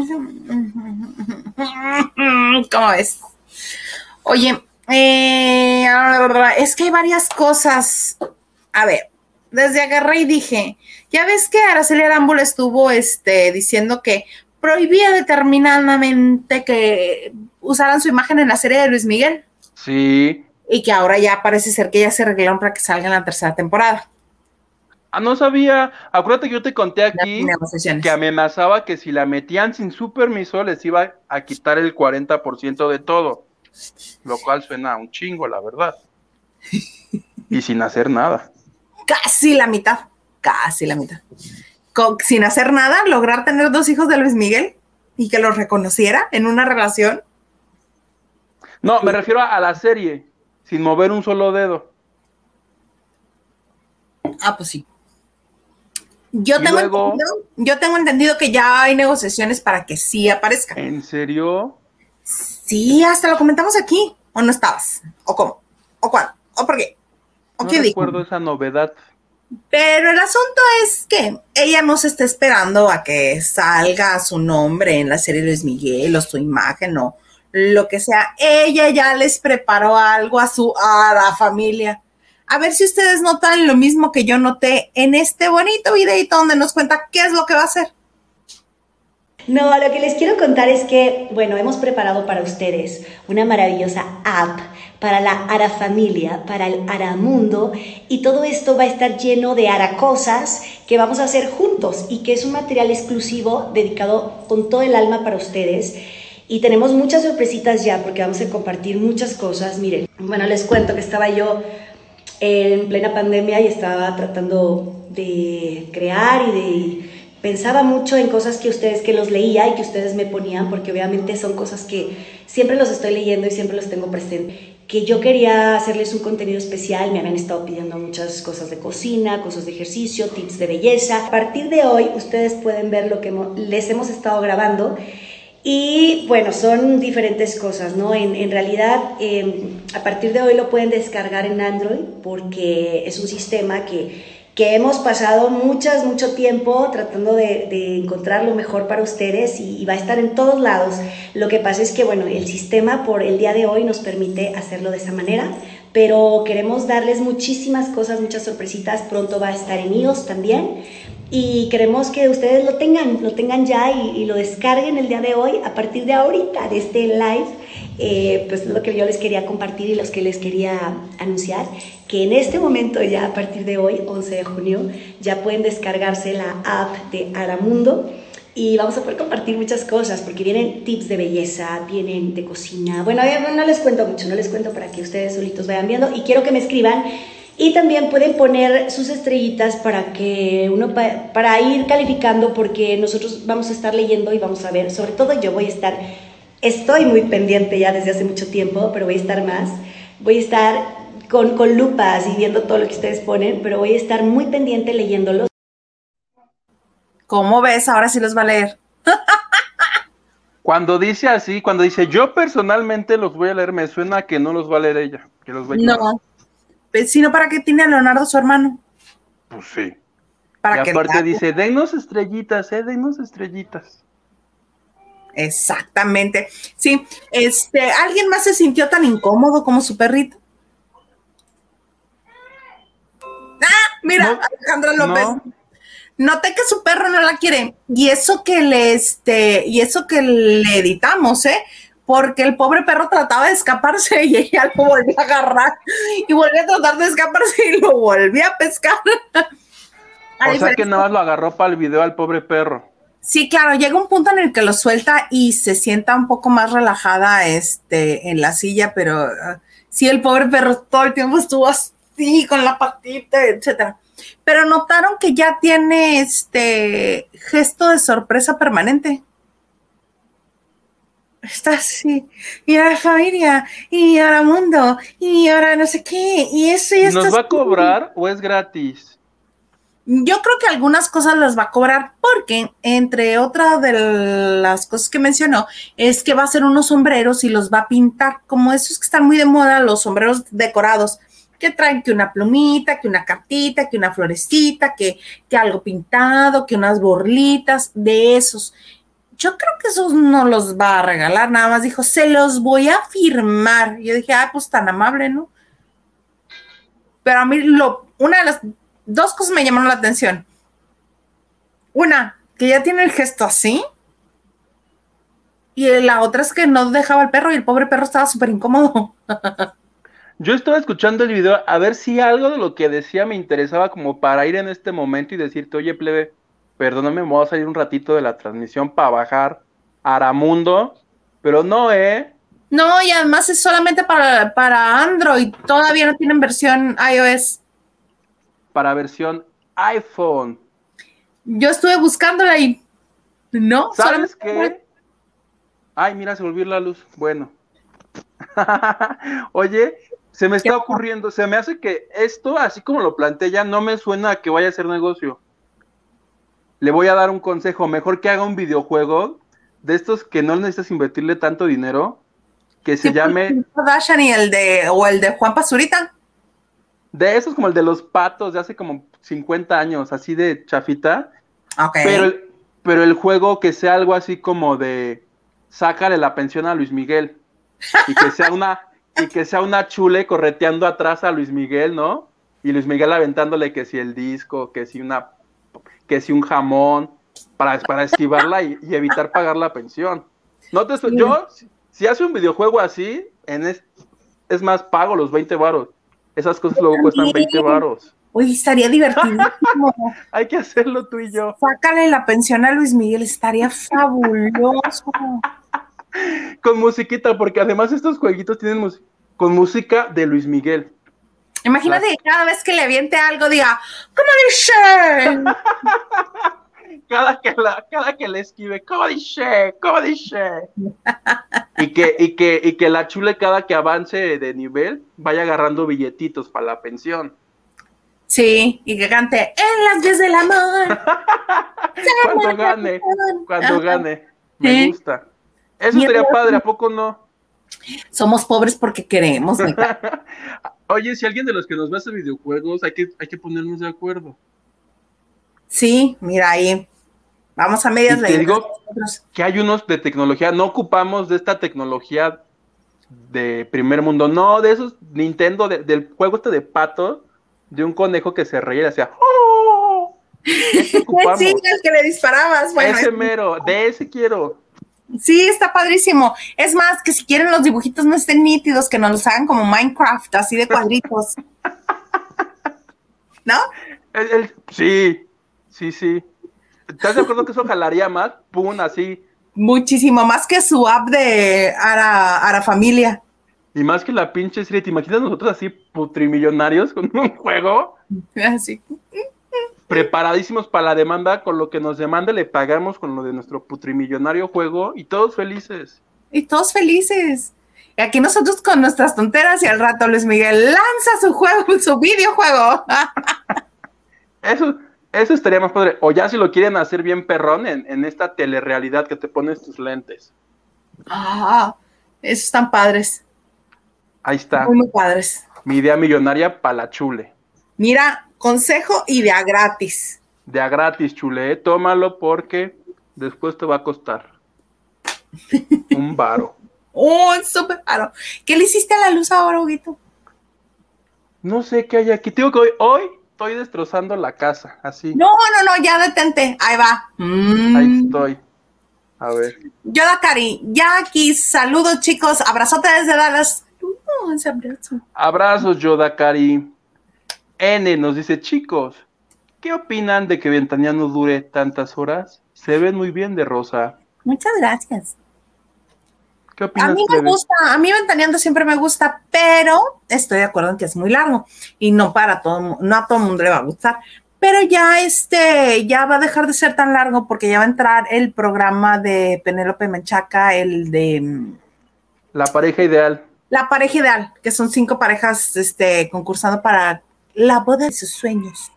Speaker 1: ¿Cómo ves? Oye, eh, es que hay varias cosas. A ver, desde agarré y dije, ya ves que Araceli Arámbula estuvo este, diciendo que prohibía determinadamente que usaran su imagen en la serie de Luis Miguel.
Speaker 2: Sí.
Speaker 1: Y que ahora ya parece ser que ya se arreglaron para que salga en la tercera temporada.
Speaker 2: Ah, no sabía. Acuérdate que yo te conté aquí que amenazaba que si la metían sin su permiso les iba a quitar el cuarenta por ciento de todo. Lo cual suena un chingo, la verdad. Y sin hacer nada.
Speaker 1: Casi la mitad. Casi la mitad. Con, sin hacer nada, lograr tener dos hijos de Luis Miguel y que los reconociera en una relación.
Speaker 2: No, me refiero a, a la serie, sin mover un solo dedo.
Speaker 1: Ah, pues sí. Yo tengo,
Speaker 2: luego,
Speaker 1: entendido, yo tengo entendido que ya hay negociaciones para que sí aparezca.
Speaker 2: ¿En serio?
Speaker 1: Sí, hasta lo comentamos aquí. ¿O no estabas? ¿O cómo? ¿O cuándo? ¿O por qué? ¿O
Speaker 2: no
Speaker 1: qué
Speaker 2: recuerdo
Speaker 1: dijo?
Speaker 2: esa novedad.
Speaker 1: Pero el asunto es que ella no se está esperando a que salga su nombre en la serie Luis Miguel o su imagen o lo que sea. Ella ya les preparó algo a su a la familia. A ver si ustedes notan lo mismo que yo noté en este bonito videito donde nos cuenta qué es lo que va a hacer.
Speaker 3: No, lo que les quiero contar es que, bueno, hemos preparado para ustedes una maravillosa app para la Arafamilia, para el Aramundo, y todo esto va a estar lleno de aracosas que vamos a hacer juntos y que es un material exclusivo dedicado con todo el alma para ustedes. Y tenemos muchas sorpresitas ya porque vamos a compartir muchas cosas. Miren, bueno, les cuento que estaba yo en plena pandemia y estaba tratando de crear y de... Pensaba mucho en cosas que ustedes, que los leía y que ustedes me ponían, porque obviamente son cosas que siempre los estoy leyendo y siempre los tengo presente. Que yo quería hacerles un contenido especial, me habían estado pidiendo muchas cosas de cocina, cosas de ejercicio, tips de belleza. A partir de hoy ustedes pueden ver lo que les hemos estado grabando y bueno, son diferentes cosas, ¿no? En, en realidad, eh, a partir de hoy lo pueden descargar en Android porque es un sistema que... que hemos pasado muchas, mucho tiempo tratando de, de encontrar lo mejor para ustedes y, y va a estar en todos lados. Lo que pasa es que, bueno, el sistema por el día de hoy nos permite hacerlo de esa manera, pero queremos darles muchísimas cosas, muchas sorpresitas. Pronto va a estar en iOS también y queremos que ustedes lo tengan, lo tengan ya y, y lo descarguen el día de hoy a partir de ahorita, de este live. Eh, pues es lo que yo les quería compartir y los que les quería anunciar, que en este momento ya a partir de hoy, once de junio, ya pueden descargarse la app de Aramundo y vamos a poder compartir muchas cosas porque vienen tips de belleza, vienen de cocina. Bueno, no les cuento mucho, no les cuento para que ustedes solitos vayan viendo y quiero que me escriban. Y también pueden poner sus estrellitas para que uno pa- para ir calificando, porque nosotros vamos a estar leyendo y vamos a ver, sobre todo yo voy a estar, estoy muy pendiente ya desde hace mucho tiempo, pero voy a estar más, voy a estar con, con lupas y viendo todo lo que ustedes ponen, pero voy a estar muy pendiente leyéndolos.
Speaker 1: ¿Cómo ves? Ahora sí los va a leer.
Speaker 2: Cuando dice así, cuando dice yo personalmente los voy a leer, me suena que no los va a leer ella, que los va a ignorar.
Speaker 1: No, pues, sino para qué tiene a Leonardo su hermano.
Speaker 2: Pues sí.
Speaker 1: Para
Speaker 2: y
Speaker 1: que
Speaker 2: aparte
Speaker 1: la...
Speaker 2: dice, dennos estrellitas, eh, dennos estrellitas.
Speaker 1: Exactamente. Sí, este, ¿alguien más se sintió tan incómodo como su perrito? Ah, mira,
Speaker 2: No,
Speaker 1: Alejandra López.
Speaker 2: no.
Speaker 1: Noté que su perro no la quiere. Y eso que le, este, y eso que le editamos, ¿eh? Porque el pobre perro trataba de escaparse y ella lo volvió a agarrar y volvió a tratar de escaparse y lo volvió a pescar. A
Speaker 2: O sea que nada más lo agarró para el video al pobre perro.
Speaker 1: Sí, claro, llega un punto en el que lo suelta y se sienta un poco más relajada este, en la silla, pero uh, sí, el pobre perro todo el tiempo estuvo así, con la patita, etcétera. Pero notaron que ya tiene este gesto de sorpresa permanente. Está así, y ahora familia, y ahora mundo, y ahora no sé qué, y eso y esto.
Speaker 2: ¿Nos va a cobrar o es gratis?
Speaker 1: Yo creo que algunas cosas las va a cobrar porque, entre otras de las cosas que mencionó, es que va a hacer unos sombreros y los va a pintar, como esos que están muy de moda, los sombreros decorados, que traen que una plumita, que una cartita, que una florecita, que, que algo pintado, que unas borlitas, de esos. Yo creo que esos no los va a regalar, nada más dijo, se los voy a firmar. Yo dije, ah, pues tan amable, ¿no? Pero a mí lo, una de las dos cosas me llamaron la atención. Una, que ya tiene el gesto así. Y la otra es que no dejaba al perro y el pobre perro estaba súper incómodo.
Speaker 2: Yo estaba escuchando el video a ver si algo de lo que decía me interesaba como para ir en este momento y decirte, oye, plebe, perdóname, me voy a salir un ratito de la transmisión para bajar Aramundo, pero no, ¿eh?
Speaker 1: No, y además es solamente para, para Android. Todavía no tienen versión iOS.
Speaker 2: Para versión iPhone.
Speaker 1: Yo estuve buscándola y no.
Speaker 2: ¿Sabes qué? Ay, mira, se volvió la luz. Bueno. Oye, se me está ocurriendo, se me hace que esto, así como lo planteé ya, no me suena a que vaya a ser negocio. Le voy a dar un consejo, mejor que haga un videojuego de estos que no necesitas invertirle tanto dinero, que se llame...
Speaker 1: Kardashian y el de, o el de Juan Pazurita.
Speaker 2: De esos como el de los patos de hace como cincuenta años, así de chafita.
Speaker 1: Okay.
Speaker 2: Pero el, pero el juego que sea algo así como de sácale la pensión a Luis Miguel. Y que sea una, y que sea una chule correteando atrás a Luis Miguel, ¿no? Y Luis Miguel aventándole que si el disco, que si una, que si un jamón, para, para esquivarla y, y evitar pagar la pensión. No te estoy, sí. Yo, si, si hace un videojuego así, en es, es más, pago los veinte varos. Esas cosas luego cuestan veinte varos.
Speaker 1: Uy, estaría divertido.
Speaker 2: Hay que hacerlo tú y yo.
Speaker 1: Sácale la pensión a Luis Miguel, estaría fabuloso.
Speaker 2: Con musiquita, porque además estos jueguitos tienen mus- con música de Luis Miguel.
Speaker 1: Imagínate Las... que cada vez que le aviente algo diga, ¿cómo dice?
Speaker 2: cada, que la, cada que le esquive, ¿cómo dice? ¿Cómo dice? y, que, y, que, y que la chule cada que avance de nivel vaya agarrando billetitos para la pensión.
Speaker 1: Sí, y que cante en las vías del amor.
Speaker 2: cuando gane, cuando Ajá. gane. Me ¿Sí? gusta. Eso sería padre, ¿a poco no?
Speaker 1: Somos pobres porque queremos.
Speaker 2: Oye, si alguien de los que nos va a hacer videojuegos, hay que, hay que ponernos de acuerdo.
Speaker 1: Sí, mira ahí. Vamos a medias
Speaker 2: Y te
Speaker 1: leyes.
Speaker 2: digo que hay unos de tecnología, no ocupamos de esta tecnología de primer mundo, no, de esos Nintendo, de, del juego este de pato, de un conejo que se reía y hacía, ¡oh! Ese
Speaker 1: Sí,
Speaker 2: ocupamos,
Speaker 1: el que le disparabas. Bueno,
Speaker 2: ese
Speaker 1: es-
Speaker 2: mero, de ese quiero.
Speaker 1: sí, está padrísimo. Es más, que si quieren los dibujitos no estén nítidos, que nos los hagan como Minecraft, así de cuadritos. ¿No?
Speaker 2: El, el- sí, sí, sí. ¿Estás de acuerdo que eso jalaría más? Pum, así.
Speaker 1: Muchísimo más que su app de Ara, Ara Familia.
Speaker 2: Y más que la pinche serie, ¿te imaginas nosotros así putrimillonarios con un juego?
Speaker 1: Así.
Speaker 2: Preparadísimos para la demanda, con lo que nos demanda le pagamos con lo de nuestro putrimillonario juego y todos felices.
Speaker 1: Y todos felices. Y aquí nosotros con nuestras tonteras y al rato Luis Miguel lanza su juego, su videojuego.
Speaker 2: Eso, eso estaría más padre. O ya si lo quieren hacer bien perrón en, en esta telerrealidad que te pones tus lentes.
Speaker 1: Ah, esos están padres.
Speaker 2: Ahí está.
Speaker 1: Muy, muy padres.
Speaker 2: Mi idea millonaria para la chule.
Speaker 1: Mira, consejo idea gratis.
Speaker 2: De a gratis, chule. ¿eh? Tómalo porque después te va a costar un varo.
Speaker 1: Oh, súper caro. ¿Qué le hiciste a la luz ahora, Huguito?
Speaker 2: No sé qué hay aquí. Te digo que hoy, hoy estoy destrozando la casa. Así.
Speaker 1: No, no, no, ya detente. Ahí va. Mm.
Speaker 2: Ahí estoy. A ver.
Speaker 1: Yoda Cari, ya aquí, saludos chicos, abrazote desde Dallas. Uh, ese abrazo.
Speaker 2: Abrazos, Yodakari. N nos dice, chicos, ¿qué opinan de que Ventaneando dure tantas horas? Se ven muy bien de rosa.
Speaker 1: Muchas gracias.
Speaker 2: ¿Qué
Speaker 1: A
Speaker 2: opinas,
Speaker 1: mí me
Speaker 2: plebe?
Speaker 1: gusta, a mí Ventaneando siempre me gusta, pero estoy de acuerdo en que es muy largo y no para todo, no a todo el mundo le va a gustar. Pero ya este, ya va a dejar de ser tan largo porque ya va a entrar el programa de Penélope Menchaca, el de
Speaker 2: La pareja ideal.
Speaker 1: La pareja ideal, que son cinco parejas este, concursando para la boda de sus sueños.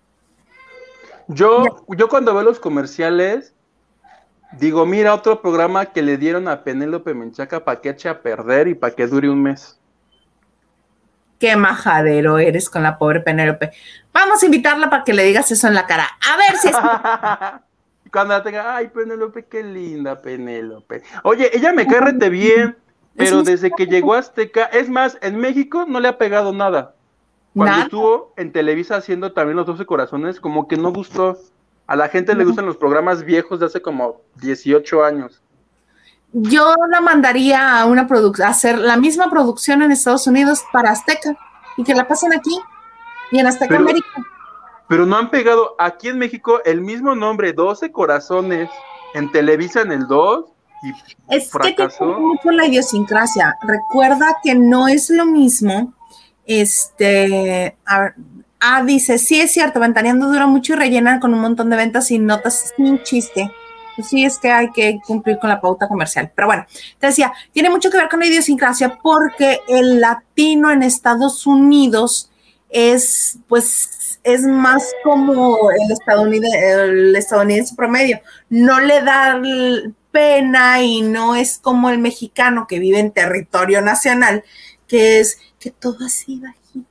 Speaker 2: Yo, yo cuando veo los comerciales, digo, mira, otro programa que le dieron a Penélope Menchaca para que eche a perder y para que dure un mes.
Speaker 1: Qué majadero eres con la pobre Penélope. Vamos a invitarla para que le digas eso en la cara. A ver si es...
Speaker 2: Cuando la tenga, ay, Penélope, qué linda Penélope. Oye, ella me cae rete bien, pero desde que llegó a Azteca, es más, en México no le ha pegado nada. Cuando
Speaker 1: Nada.
Speaker 2: estuvo en Televisa haciendo también Los doce Corazones, como que no gustó. A la gente le gustan los programas viejos de hace como dieciocho años.
Speaker 1: Yo la mandaría a una producción, a hacer la misma producción en Estados Unidos para Azteca y que la pasen aquí y en Azteca
Speaker 2: Pero-
Speaker 1: América.
Speaker 2: Pero no han pegado aquí en México el mismo nombre, doce Corazones, en Televisa en el dos, y
Speaker 1: Es que
Speaker 2: fracasó.
Speaker 1: tiene mucho la idiosincrasia. Recuerda que no es lo mismo. Este, a ver, ah, dice, sí es cierto, Ventaneando dura mucho y rellenan con un montón de ventas y notas sin chiste. Pues sí, es que hay que cumplir con la pauta comercial. Pero bueno, te decía, tiene mucho que ver con la idiosincrasia porque el latino en Estados Unidos es, pues, es más como el estadounidense, el estadounidense promedio. No le da pena y no es como el mexicano que vive en territorio nacional, que es que todo así bajito.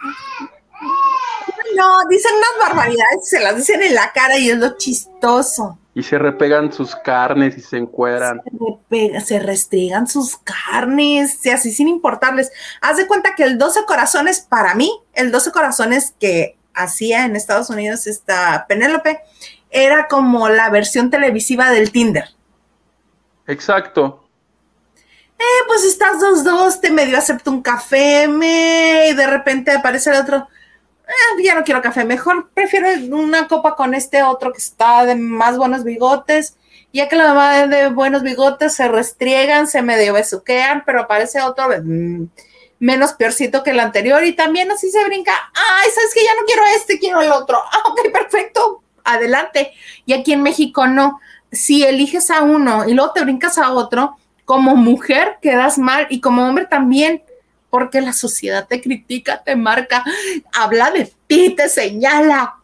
Speaker 1: No, dicen unas barbaridades, se las dicen en la cara y es lo chistoso.
Speaker 2: Y se repegan sus carnes y se encueran.
Speaker 1: Se, repega, se restriegan sus carnes, y así sin importarles. Haz de cuenta que el doce Corazones, para mí, el doce Corazones que hacía en Estados Unidos esta Penélope, era como la versión televisiva del Tinder.
Speaker 2: Exacto.
Speaker 1: Eh, pues estás dos, dos, te medio acepto un café, me, y de repente aparece el otro. Eh, ya no quiero café, mejor prefiero una copa con este otro que está de más buenos bigotes. Ya que la mamá de buenos bigotes se restriegan, se medio besuquean, pero aparece otro mmm, menos peorcito que el anterior y también así se brinca. Ay, ¿sabes qué? Ya no quiero este, quiero el otro. Ah, ok, perfecto, adelante. Y aquí en México no. Si eliges a uno y luego te brincas a otro, como mujer quedas mal y como hombre también. Porque la sociedad te critica, te marca, habla de ti, te señala.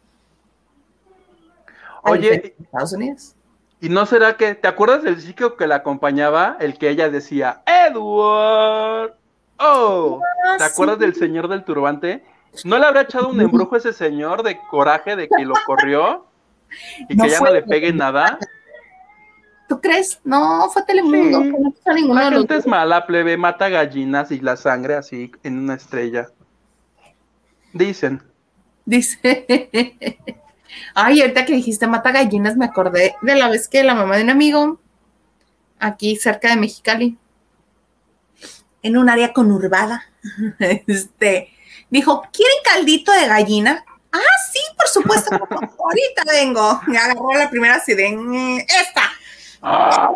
Speaker 2: Oye,
Speaker 1: Estados Unidos.
Speaker 2: ¿y no será que, te acuerdas del chico que la acompañaba? El que ella decía, Edward. Oh, ¿te acuerdas sí. del señor del turbante? ¿No le habrá echado un embrujo a ese señor de coraje de que lo corrió? Y
Speaker 1: No
Speaker 2: que ya
Speaker 1: fue-
Speaker 2: no le pegue nada.
Speaker 1: ¿Tú crees? No, fue Telemundo.
Speaker 2: Sí.
Speaker 1: que no puso ninguno
Speaker 2: La
Speaker 1: de los
Speaker 2: gente
Speaker 1: dos.
Speaker 2: es mala, plebe, mata gallinas y la sangre así en una estrella. Dicen.
Speaker 1: Dice. Ay, ahorita que dijiste mata gallinas, me acordé de la vez que la mamá de un amigo, aquí cerca de Mexicali, en un área conurbada, este, dijo, ¿quieren caldito de gallina? Ah, sí, por supuesto, ahorita vengo. Y agarró la primera así de, "Mm, esta.
Speaker 2: ¡Ah!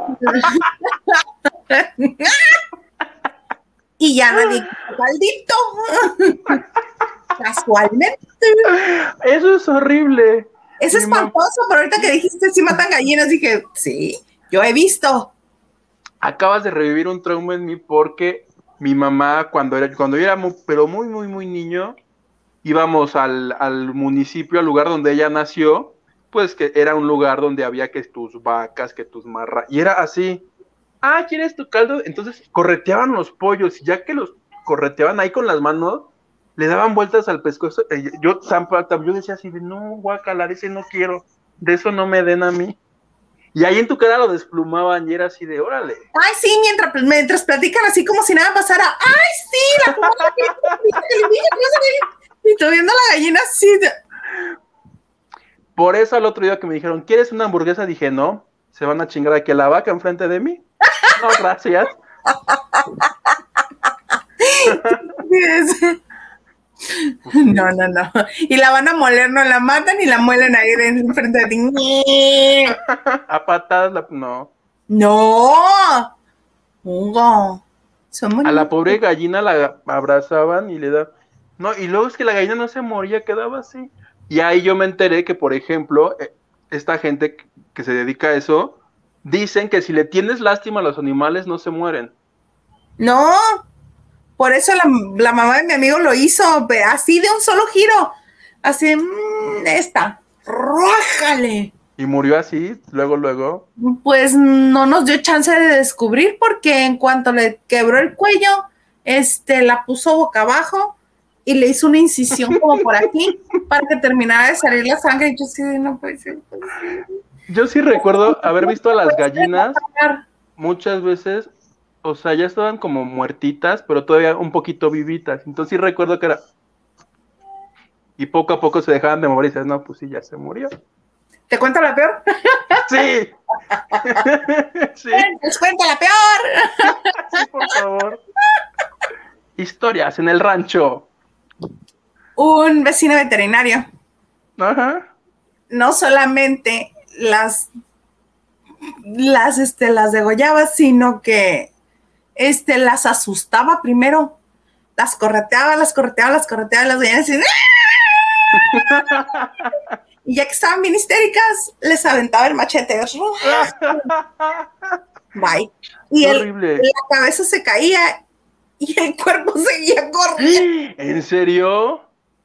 Speaker 1: Y ya nadie quiso caldito. Casualmente.
Speaker 2: Eso es horrible.
Speaker 1: Es
Speaker 2: Mi mam-
Speaker 1: espantoso, pero ahorita que dijiste si matan gallinas, dije, sí, yo he visto.
Speaker 2: Acabas de revivir un trauma en mí porque mi mamá, cuando era, cuando yo era muy, pero muy, muy, muy niño, íbamos al, al municipio, al lugar donde ella nació, pues que era un lugar donde había que tus vacas, que tus marras, y era así, ah, ¿quieres tu caldo? Entonces correteaban los pollos, y ya que los correteaban ahí con las manos, le daban vueltas al pescuezo, eh, yo, yo decía así, de, no, guacala, de ese no quiero, de eso no me den a mí. Y ahí en tu cara lo desplumaban y era así de, órale.
Speaker 1: Ay, sí, mientras, mientras platican así como si nada pasara. Ay, sí, la pomada que que le dije, no sé qué. Y tú viendo la gallina así. de-
Speaker 2: Por eso al otro día que me dijeron, ¿quieres una hamburguesa? Dije, no, se van a chingar aquí a la vaca enfrente de mí. No, gracias.
Speaker 1: No, no, no. Y la van a moler, no la matan y la muelen ahí enfrente de ti.
Speaker 2: A patadas, la- no.
Speaker 1: No, Hugo. Somos
Speaker 2: A la pobre gallina la abrazaban y le da. No, y luego es que la gallina no se moría, quedaba así. Y ahí yo me enteré que, por ejemplo, eh, esta gente que se dedica a eso, dicen que si le tienes lástima a los animales, no se mueren.
Speaker 1: No, por eso la, la mamá de mi amigo lo hizo, pe- así de un solo giro. Así, mm, esta, rájale.
Speaker 2: Y murió así, luego, luego.
Speaker 1: Pues no nos dio chance de descubrir porque en cuanto le quebró el cuello, este, la puso boca abajo y le hizo una incisión como por aquí para que terminara de salir la sangre. Y yo sí, no puede ser. no puede ser.
Speaker 2: Yo sí recuerdo haber visto a las gallinas muchas veces, o sea, ya estaban como muertitas, pero todavía un poquito vivitas. Entonces sí recuerdo que era... Y poco a poco se dejaban de morir y dices, no, pues sí, ya se murió.
Speaker 1: ¿Te cuento la peor?
Speaker 2: Sí. Sí,
Speaker 1: Les cuento la peor.
Speaker 2: sí, por favor. Historias en el rancho.
Speaker 1: Un vecino veterinario
Speaker 2: Ajá.
Speaker 1: no solamente las las este las degollaba, sino que este las asustaba primero, las correteaba, las correteaba, las correteaba, las veían así, y ya que estaban bien histéricas, les aventaba el machete. Bye. Y el,
Speaker 2: Horrible.
Speaker 1: la cabeza se caía y el cuerpo seguía corriendo.
Speaker 2: ¿En serio?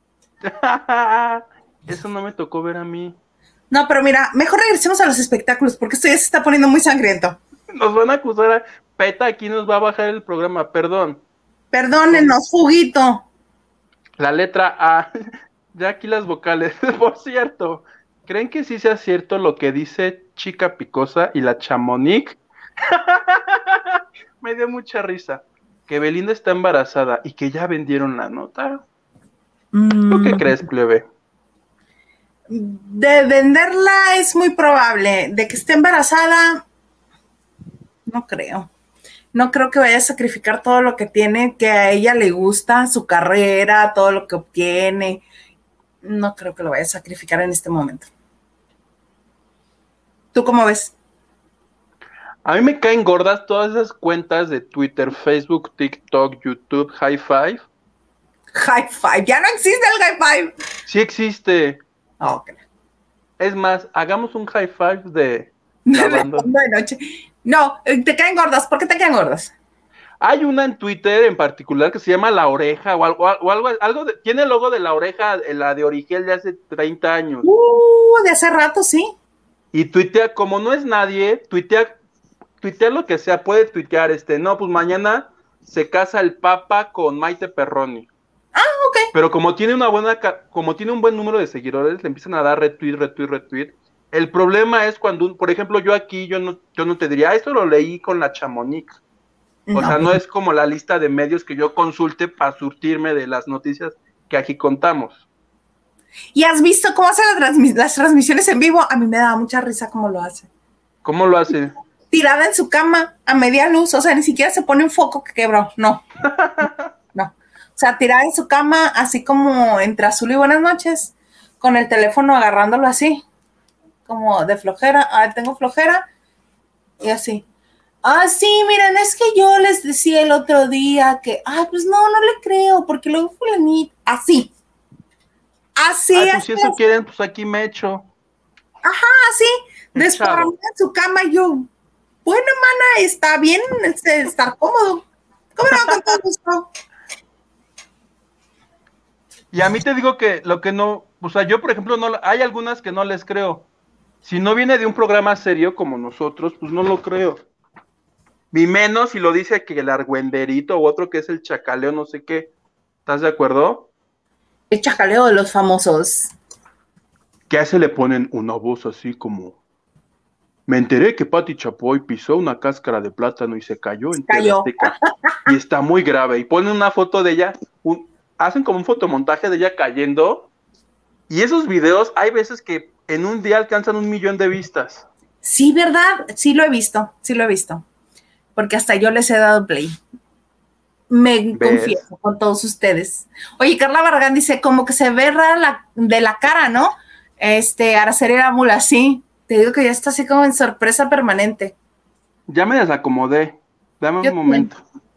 Speaker 2: Eso no me tocó ver a mí.
Speaker 1: No, pero mira, mejor regresemos a los espectáculos porque esto ya se está poniendo muy sangriento.
Speaker 2: Nos van a acusar a... Peta aquí nos va a bajar el programa, perdón.
Speaker 1: Perdónenos, Juguito.
Speaker 2: La letra A. Ya aquí las vocales. Por cierto, ¿creen que sí sea cierto lo que dice Chica Picosa y la Chamonix? Me dio mucha risa. Que Belinda está embarazada y que ya vendieron la nota.
Speaker 1: Mm.
Speaker 2: ¿Tú qué crees, plebe?
Speaker 1: De venderla es muy probable. De que esté embarazada, no creo. No creo que vaya a sacrificar todo lo que tiene, que a ella le gusta, su carrera, todo lo que obtiene. No creo que lo vaya a sacrificar en este momento. ¿Tú cómo ves?
Speaker 2: A mí me caen gordas todas esas cuentas de Twitter, Facebook, TikTok, YouTube, High Five.
Speaker 1: High five. Ya no existe el high five.
Speaker 2: Sí existe.
Speaker 1: Oh, ok.
Speaker 2: Es más, hagamos un High Five de...
Speaker 1: De
Speaker 2: lavando.
Speaker 1: de noche. No, te caen gordas. ¿Por qué te caen gordas?
Speaker 2: Hay una en Twitter en particular que se llama La Oreja o algo, o algo, algo de, tiene el logo de La Oreja, la de Origel de hace treinta años.
Speaker 1: Uh, de hace rato, sí.
Speaker 2: Y tuitea, como no es nadie, tuitea, tuitea lo que sea, puede tuitear, este, no, pues mañana se casa el Papa con Maite Perroni.
Speaker 1: Ah, ok.
Speaker 2: Pero como tiene una buena, ca- como tiene un buen número de seguidores, le empiezan a dar retweet, retweet, retweet, El problema es cuando, por ejemplo, yo aquí, yo no, yo no te diría, "Ah, esto lo leí con la Chamonix". O
Speaker 1: No,
Speaker 2: sea, no
Speaker 1: pues,
Speaker 2: es como la lista de medios que yo consulte para surtirme de las noticias que aquí contamos.
Speaker 1: ¿y has visto cómo hace la transmi- las transmisiones en vivo? A mí me da mucha risa cómo lo hace.
Speaker 2: ¿Cómo lo hace?
Speaker 1: Tirada en su cama, a media luz, o sea, ni siquiera se pone un foco que quebró, no, no. O sea, tirada en su cama, así como entre azul y buenas noches, con el teléfono agarrándolo así, como de flojera, ah, tengo flojera, y así. Ah, sí, miren, es que yo les decía el otro día que, ah, pues no, no le creo, porque luego fulanito, así,
Speaker 2: Ay,
Speaker 1: así,
Speaker 2: pues
Speaker 1: así,
Speaker 2: si eso quieren, pues aquí me echo.
Speaker 1: así, desparramada
Speaker 2: Echado.
Speaker 1: en su cama, y yo, bueno, mana, está bien este, estar cómodo. ¿Cómo no? Con todo gusto.
Speaker 2: Y a mí te digo que lo que no, o sea, yo por ejemplo, no, hay algunas que no les creo. Si no viene de un programa serio como nosotros, pues no lo creo. Ni menos si lo dice que el argüenderito o otro que es el chacaleo, no sé qué. ¿Estás de acuerdo?
Speaker 1: El chacaleo de los famosos.
Speaker 2: Que a ese le ponen una voz así como... Me enteré que Pati Chapoy pisó una cáscara de plátano y se cayó en T V
Speaker 1: Cayó.
Speaker 2: Azteca. Y está muy grave. Y ponen una foto de ella, un, hacen como un fotomontaje de ella cayendo. Y esos videos hay veces que en un día alcanzan un millón de vistas.
Speaker 1: Sí, ¿verdad? Sí lo he visto, sí lo he visto. Porque hasta yo les he dado play. Me
Speaker 2: ¿Ves?
Speaker 1: confieso con todos ustedes. Oye, Carla Barragán dice, como que se ve rara la, de la cara, ¿no? Este, Araceli Arámbula, sí. Te digo que ya está así como en sorpresa permanente.
Speaker 2: Ya me desacomodé. Dame
Speaker 1: Yo
Speaker 2: un
Speaker 1: también.
Speaker 2: momento.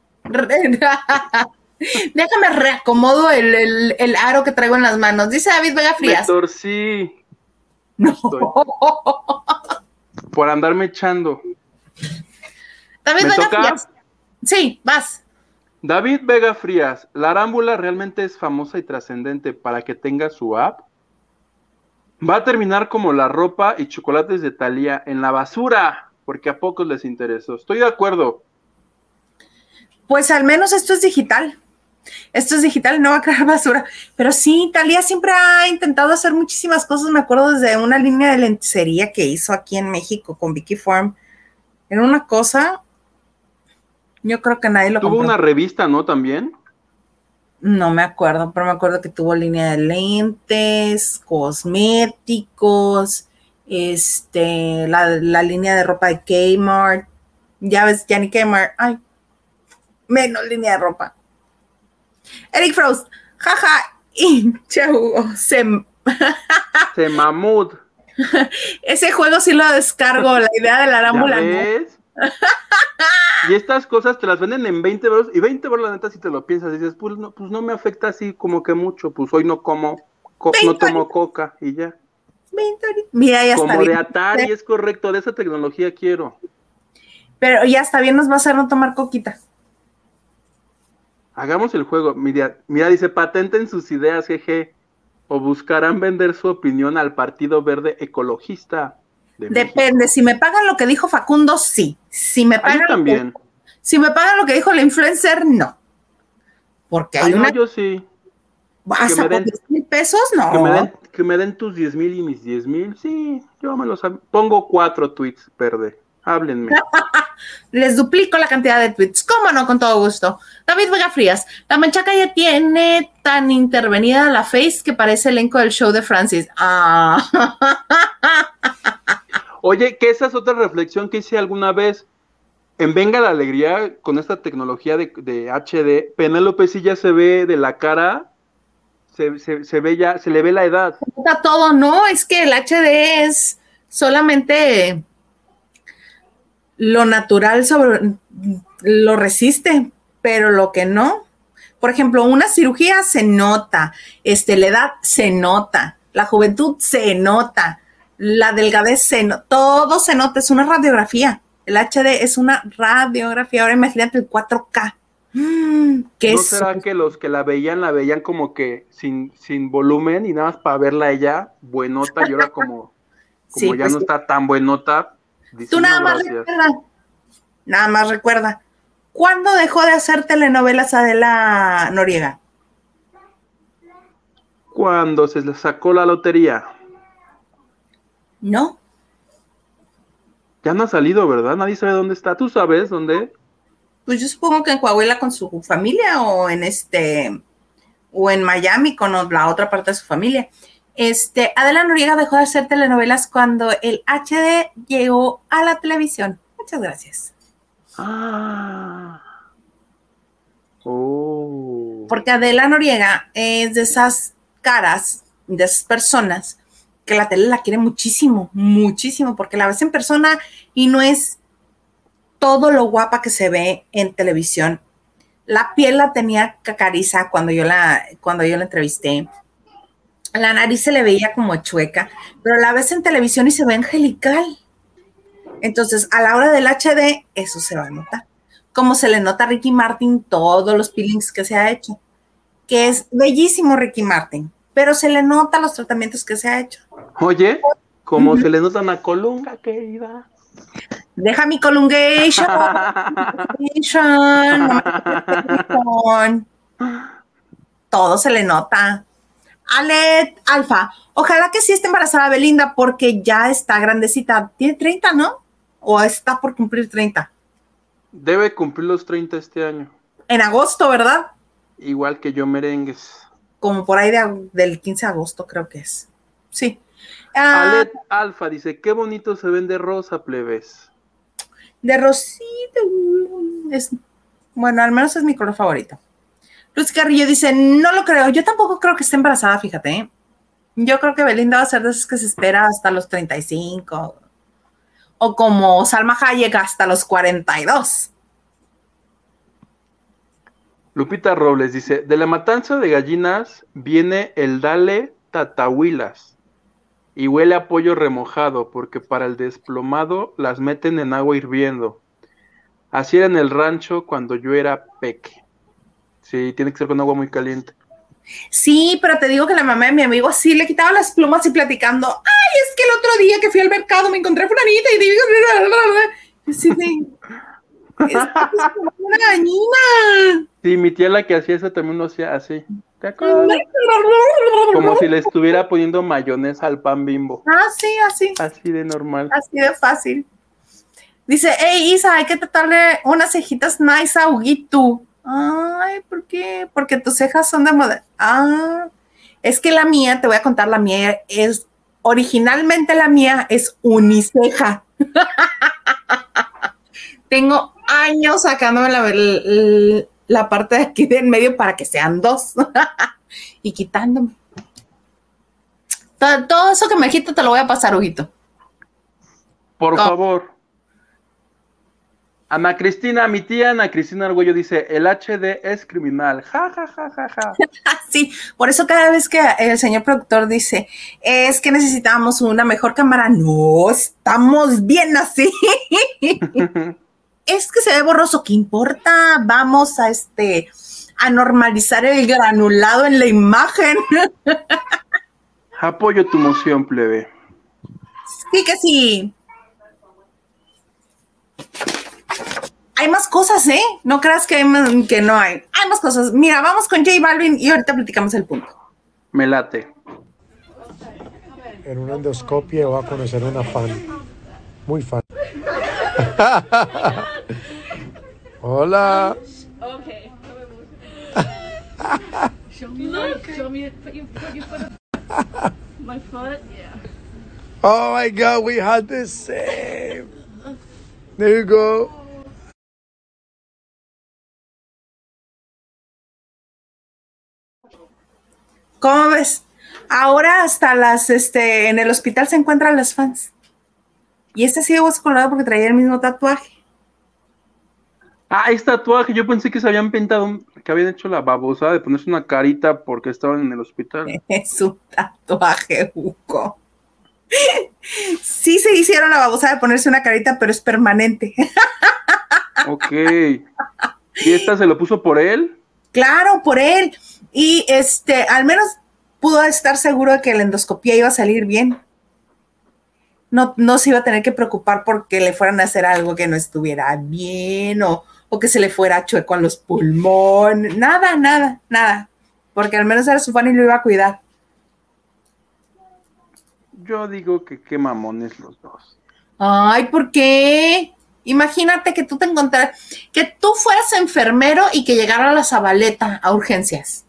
Speaker 1: Déjame reacomodo el, el, el aro que traigo en las manos. Dice David Vega
Speaker 2: Me
Speaker 1: Frías.
Speaker 2: torcí.
Speaker 1: No.
Speaker 2: Estoy. Por andarme echando.
Speaker 1: David
Speaker 2: ¿Me
Speaker 1: Vega
Speaker 2: toca?
Speaker 1: Frías. Sí, vas.
Speaker 2: David Vega Frías. ¿La arámbula realmente es famosa y trascendente para que tenga su app? Va a terminar como la ropa y chocolates de Thalía en la basura, porque a pocos les interesó. Estoy de acuerdo.
Speaker 1: Pues al menos esto es digital. Esto es digital, no va a crear basura. Pero sí, Thalía siempre ha intentado hacer muchísimas cosas. Me acuerdo desde una línea de lencería que hizo aquí en México con Vicky Form. Era una cosa, yo creo que nadie lo
Speaker 2: Tuvo
Speaker 1: compró.
Speaker 2: una revista, ¿no? También.
Speaker 1: No me acuerdo, pero me acuerdo que tuvo línea de lentes, cosméticos, este, la, la línea de ropa de Kmart. Ya ves, ya ni Kmart. Ay, menos línea de ropa. Eric Frost, jaja, y chau, se,
Speaker 2: Se mamut.
Speaker 1: ese juego sí lo descargo, la idea de la
Speaker 2: ¿Ya
Speaker 1: arámbula no.
Speaker 2: ves? Y estas cosas te las venden en veinte euros. Y veinte euros, la neta, si te lo piensas, dices, pues no, pues no me afecta así como que mucho. Pues hoy no como, co no
Speaker 1: veinte,
Speaker 2: tomo coca y ya.
Speaker 1: veinte, mira, ya está
Speaker 2: Como
Speaker 1: bien.
Speaker 2: de Atari, es correcto, de esa tecnología quiero.
Speaker 1: Pero ya está bien, nos va a hacer no tomar coquita.
Speaker 2: Hagamos el juego. Mira, mira, dice, patenten sus ideas, jeje. O buscarán vender su opinión al Partido Verde Ecologista de
Speaker 1: Depende,
Speaker 2: México.
Speaker 1: si me pagan lo que dijo Facundo, sí. Si me
Speaker 2: Ah, yo
Speaker 1: pagan lo que,
Speaker 2: también.
Speaker 1: si me pagan lo que dijo la influencer, no. Porque hay
Speaker 2: Ay, no,
Speaker 1: una,
Speaker 2: yo sí. Que
Speaker 1: hasta
Speaker 2: me
Speaker 1: por
Speaker 2: den,
Speaker 1: diez mil pesos,
Speaker 2: que me
Speaker 1: no.
Speaker 2: den, que me den tus diez mil y mis diez mil. Sí, yo me los pongo cuatro tweets, verde. Háblenme.
Speaker 1: Les duplico la cantidad de tweets. ¿Cómo no? Con todo gusto. David Vega Frías. La manchaca ya tiene tan intervenida la face que parece elenco del show de Francis. Ah.
Speaker 2: Oye, que esa es otra reflexión que hice alguna vez. En Venga la Alegría, con esta tecnología de, de H D, Penélope sí ya se ve de la cara, se, se, se ve ya, se le ve la edad.
Speaker 1: Está todo, no, es que el H D es solamente lo natural sobre lo resiste, pero lo que no. Por ejemplo, una cirugía se nota, este, la edad se nota, la juventud se nota, la delgadez se nota, todo se nota, es una radiografía. El H D es una radiografía. Ahora imagínate el cuatro K. Mm, ¿qué
Speaker 2: ¿No
Speaker 1: es?
Speaker 2: será que los que la veían, la veían como que sin, sin volumen y nada más para verla a ella buenota y ahora como,
Speaker 1: Sí,
Speaker 2: como ya
Speaker 1: pues
Speaker 2: no
Speaker 1: sí.
Speaker 2: está tan buenota,
Speaker 1: Tú
Speaker 2: dicen
Speaker 1: nada
Speaker 2: no,
Speaker 1: más
Speaker 2: gracias.
Speaker 1: recuerda, nada más recuerda, ¿cuándo dejó de hacer telenovelas Adela Noriega?
Speaker 2: Cuando se le sacó la lotería.
Speaker 1: No,
Speaker 2: Ya no ha salido, ¿verdad? Nadie sabe dónde está. ¿Tú sabes dónde?
Speaker 1: Pues yo supongo que en Coahuila con su familia o en este o en Miami con la otra parte de su familia. Este, Adela Noriega dejó de hacer telenovelas cuando el H D llegó a la televisión. Muchas gracias.
Speaker 2: Ah. Oh.
Speaker 1: Porque Adela Noriega es de esas caras, de esas personas que la tele la quiere muchísimo, muchísimo, porque la ves en persona y no es todo lo guapa que se ve en televisión. La piel la tenía cacariza cuando yo la, cuando yo la entrevisté. La nariz se le veía como chueca, pero la ves en televisión y se ve angelical. Entonces, a la hora del H D, eso se va a notar. Como se le nota a Ricky Martin todos los peelings que se ha hecho, que es bellísimo Ricky Martin, pero se le nota los tratamientos que se ha hecho.
Speaker 2: Oye, como uh-huh. se le notan a Colunga, querida.
Speaker 1: Deja mi colungation. Todo se le nota. Alet Alfa, ojalá que sí esté embarazada Belinda porque ya está grandecita. Tiene treinta, ¿no? ¿O está por cumplir treinta?
Speaker 2: Debe cumplir los treinta este año.
Speaker 1: En agosto, ¿verdad?
Speaker 2: Igual que yo merengues.
Speaker 1: Como por ahí de, del quince de agosto creo que es. Sí.
Speaker 2: Uh, Alet Alfa dice, qué bonito se ven de rosa, plebes.
Speaker 1: De rosita. Es, bueno, al menos es mi color favorito. Luz Carrillo dice, no lo creo, yo tampoco creo que esté embarazada, fíjate, ¿eh? Yo creo que Belinda va a ser de esas que se espera hasta los treinta y cinco, o como Salma Hayek hasta los cuarenta y dos.
Speaker 2: Lupita Robles dice, de la matanza de gallinas viene el dale tatahuilas, y huele a pollo remojado, porque para el desplomado las meten en agua hirviendo. Así era en el rancho cuando yo era peque. Sí, tiene que ser con agua muy caliente.
Speaker 1: Sí, pero te digo que la mamá de mi amigo sí le quitaba las plumas y platicando. Ay, es que el otro día que fui al mercado me encontré fulanita y digo, sí, sí. Es, es como una gallina.
Speaker 2: Sí, mi tía la que hacía eso también lo hacía así. ¿Te acuerdas? Como si le estuviera poniendo mayonesa al pan Bimbo.
Speaker 1: Ah, sí, así.
Speaker 2: Así de normal.
Speaker 1: Así de fácil. Dice, hey, Isa, hay que tratarle unas cejitas nice a Huguito. Ay, ¿por qué? Porque tus cejas son de moda. Ah, es que la mía, te voy a contar, la mía es, originalmente la mía es uniceja. Tengo años sacándome la, la, la parte de aquí de en medio para que sean dos y quitándome. Todo, todo eso que me quito te lo voy a pasar, Huguito.
Speaker 2: Por ¿Cómo? favor. Ana Cristina, mi tía Ana Cristina Argüello dice, el H D es criminal, ja, ja, ja, ja, ja.
Speaker 1: Sí, por eso cada vez que el señor productor dice, es que necesitamos una mejor cámara, no, estamos bien así. Es que se ve borroso, ¿qué importa? Vamos a este, a normalizar el granulado en la imagen.
Speaker 2: Apoyo tu moción, plebe.
Speaker 1: Sí que sí. Hay más cosas, ¿eh? No creas que, hay, que no hay. Hay más cosas. Mira, vamos con J Balvin y ahorita platicamos el punto.
Speaker 2: Me late.
Speaker 4: En una endoscopia voy a conocer una fan. Muy fan. Hola.
Speaker 5: Okay. Show me, Look. Show me, put your, put your foot up. My foot, yeah.
Speaker 4: Oh my God, we had the same. There you go.
Speaker 1: ¿Cómo ves? Ahora hasta las, este, en el hospital se encuentran las fans. Y este sí de hueso colorado porque traía el mismo tatuaje.
Speaker 2: Ah, es tatuaje. Yo pensé que se habían pintado, que habían hecho la babosa de ponerse una carita porque estaban en el hospital.
Speaker 1: Es un tatuaje, Hugo. Sí se hicieron la babosa de ponerse una carita, pero es permanente.
Speaker 2: Ok. ¿Y esta se lo puso por él?
Speaker 1: Claro, por él. Y este, al menos pudo estar seguro de que la endoscopía iba a salir bien. No, no se iba a tener que preocupar porque le fueran a hacer algo que no estuviera bien o, o que se le fuera chueco a los pulmones. Nada, nada, nada. Porque al menos era su fan y lo iba a cuidar.
Speaker 2: Yo digo que qué mamones los dos.
Speaker 1: Ay, ¿por qué? Imagínate que tú te encontraras, que tú fueras enfermero y que llegara la Zabaleta a urgencias.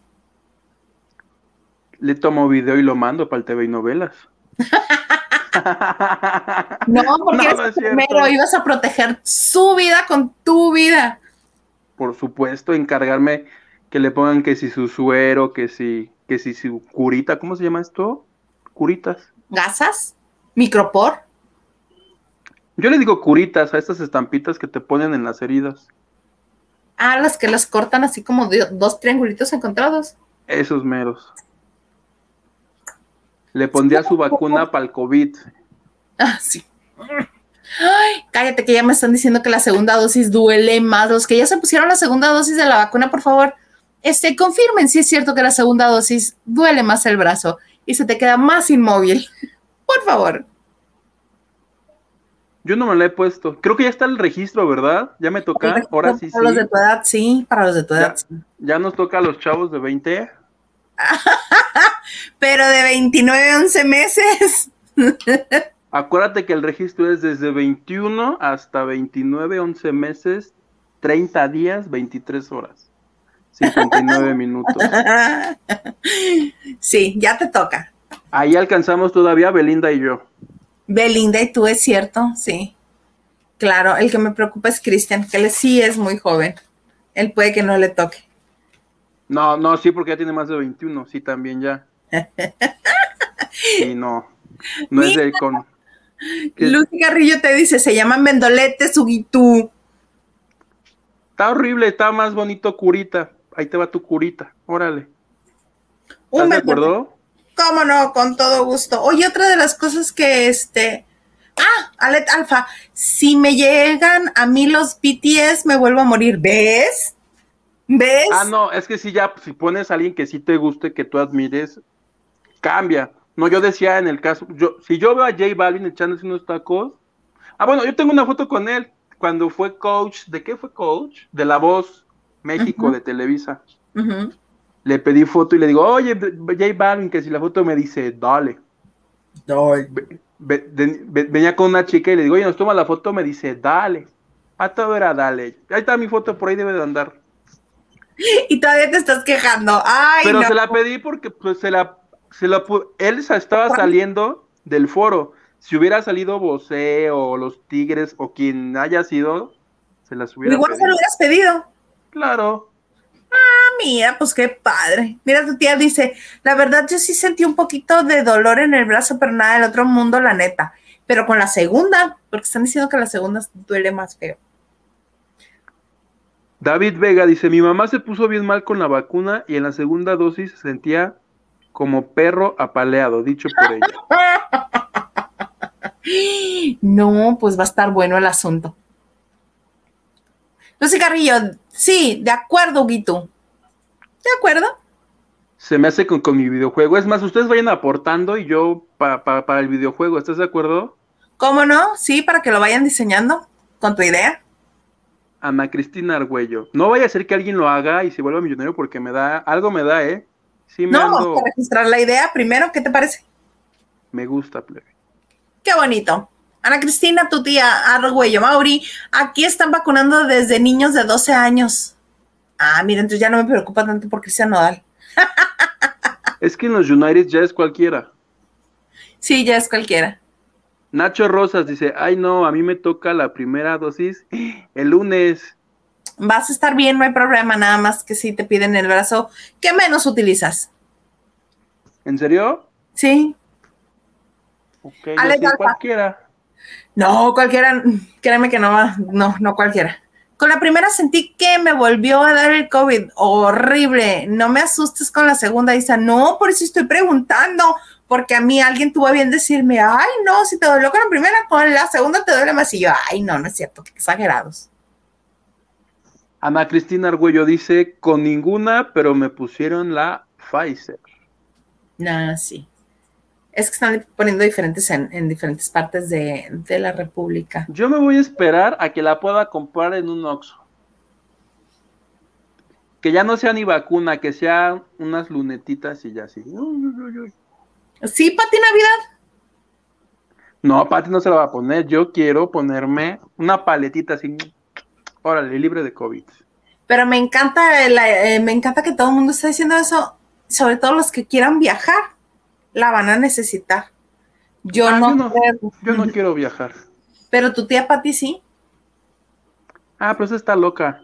Speaker 2: Le tomo video y lo mando para el T V y novelas.
Speaker 1: No, porque
Speaker 2: No,
Speaker 1: eres
Speaker 2: no es
Speaker 1: enfermero,
Speaker 2: cierto.
Speaker 1: ibas a proteger su vida con tu vida.
Speaker 2: Por supuesto, encargarme que le pongan que si su suero, que si, que si su curita, ¿cómo se llama esto? Curitas.
Speaker 1: ¿Gasas? ¿Micropor?
Speaker 2: Yo le digo curitas a estas estampitas que te ponen en las heridas.
Speaker 1: Ah, las que las cortan así como de- dos triangulitos encontrados.
Speaker 2: Esos meros. Le pondría su vacuna para el COVID.
Speaker 1: Ah, sí. Ay, cállate que ya me están diciendo que la segunda dosis duele más. Los que ya se pusieron la segunda dosis de la vacuna, por favor, este, confirmen si es cierto que la segunda dosis duele más el brazo y se te queda más inmóvil. Por favor.
Speaker 2: Yo no me la he puesto. Creo que ya está el registro, ¿verdad? Ya me toca. Ahora sí,
Speaker 1: Para los de
Speaker 2: sí.
Speaker 1: tu edad, sí, para los de tu edad.
Speaker 2: Ya,
Speaker 1: Sí.
Speaker 2: ya nos toca a los chavos de veinte.
Speaker 1: Pero de veintinueve, once meses.
Speaker 2: Acuérdate que el registro es desde veintiuno hasta veintinueve, once meses, treinta días, veintitrés horas, cincuenta y nueve minutos.
Speaker 1: Sí, ya te toca.
Speaker 2: Ahí alcanzamos todavía Belinda y yo.
Speaker 1: Belinda y tú, es cierto, sí. Claro, el que me preocupa es Cristian, que él sí es muy joven. Él puede que no le toque.
Speaker 2: No, no, sí, porque ya tiene más de veintiuno, sí, también ya. Sí, no, no es
Speaker 1: Mira,
Speaker 2: de con... que
Speaker 1: Lucy Carrillo te dice, se llaman vendoletes, Huguitú.
Speaker 2: está horrible, está más bonito curita. Ahí te va tu curita, órale.
Speaker 1: Un
Speaker 2: ¿Estás de
Speaker 1: vendolete.
Speaker 2: acuerdo?
Speaker 1: ¿Cómo no? Con todo gusto. Oye, otra de las cosas que este... Ah, Alet Alfa, si me llegan a mí los B T S, me vuelvo a morir. ¿Ves? ¿Ves?
Speaker 2: Ah, no, es que si ya, si pones a alguien que sí te guste, que tú admires, cambia. No, yo decía en el caso, yo, si yo veo a J Balvin echándose unos tacos, ah, bueno, yo tengo una foto con él, cuando fue coach, ¿de qué fue coach? De La Voz México,
Speaker 1: Ujú.
Speaker 2: de Televisa.
Speaker 1: Ujú.
Speaker 2: Le pedí foto y le digo, oye, J Balvin, que si la foto me dice, dale. Ve- ve- de- ve- venía con una chica y le digo, oye, nos toma la foto, me dice, dale. Ah, todo era dale. Ahí está mi foto, por ahí debe de andar.
Speaker 1: Y todavía te estás quejando. Ay,
Speaker 2: Pero
Speaker 1: no.
Speaker 2: se la pedí porque pues se la, se la pu- él sa- estaba saliendo del foro. Si hubiera salido Bosé o los Tigres o quien haya sido, se las hubiera
Speaker 1: Igual se lo
Speaker 2: pedido.
Speaker 1: hubieras pedido.
Speaker 2: Claro.
Speaker 1: Ah, mira, pues qué padre. Mira, tu tía dice, la verdad yo sí sentí un poquito de dolor en el brazo, pero nada del otro mundo, la neta. Pero con la segunda, porque están diciendo que la segunda duele más feo.
Speaker 2: David Vega dice, mi mamá se puso bien mal con la vacuna y en la segunda dosis se sentía como perro apaleado, dicho por ella.
Speaker 1: No, pues va a estar bueno el asunto. Lucy Carrillo, sí, de acuerdo, Guito. ¿De acuerdo?
Speaker 2: Se me hace con, con mi videojuego. Es más, ustedes vayan aportando y yo pa, pa, para el videojuego. ¿Estás de acuerdo?
Speaker 1: ¿Cómo no? Sí, para que lo vayan diseñando con tu idea.
Speaker 2: Ana Cristina Argüello. No vaya a ser que alguien lo haga y se vuelva millonario porque me da, algo me da, ¿eh? Sí me
Speaker 1: No,
Speaker 2: ando,
Speaker 1: vamos a registrar la idea primero. ¿Qué te parece?
Speaker 2: me gusta, plebe.
Speaker 1: Qué bonito. Ana Cristina, tu tía Argüello, Mauri, aquí están vacunando desde niños de doce años. Ah, mira, entonces ya no me preocupa tanto por Cristian Nodal.
Speaker 2: Es que en los United ya es cualquiera.
Speaker 1: Sí, ya es cualquiera.
Speaker 2: Nacho Rosas dice, ay no, a mí me toca la primera dosis el lunes.
Speaker 1: Vas a estar bien, no hay problema, nada más que si te piden el brazo, ¿qué menos utilizas?
Speaker 2: ¿En serio?
Speaker 1: Sí.
Speaker 2: Ok,
Speaker 1: Ale,
Speaker 2: yo sí,
Speaker 1: Alfa.
Speaker 2: cualquiera.
Speaker 1: No, cualquiera, créeme que no, no, no cualquiera. Con la primera sentí que me volvió a dar el COVID, horrible. No me asustes con la segunda, Isa. No, por eso estoy preguntando, porque a mí alguien tuvo a bien decirme, ay, no, si te dolió con la primera, con la segunda te duele más. Y yo, ay, no, no es cierto, qué exagerados.
Speaker 2: Ana Cristina Argüello dice, con ninguna, pero me pusieron la Pfizer.
Speaker 1: No, sí. Es que están poniendo diferentes en, en diferentes partes de, de la República.
Speaker 2: Yo me voy a esperar a que la pueda comprar en un Oxxo. Que ya no sea ni vacuna, que sea unas lunetitas y ya así. Uy, uy, uy, uy.
Speaker 1: Sí, Pati Navidad.
Speaker 2: No, Pati no se la va a poner. Yo quiero ponerme una paletita así. Órale, libre de COVID.
Speaker 1: Pero me encanta, la, eh, me encanta que todo el mundo esté diciendo eso, sobre todo los que quieran viajar, la van a necesitar. Yo
Speaker 2: Ah,
Speaker 1: no,
Speaker 2: yo no,
Speaker 1: creo.
Speaker 2: yo no quiero viajar.
Speaker 1: Pero tu tía Pati sí.
Speaker 2: Ah, pero esa está loca.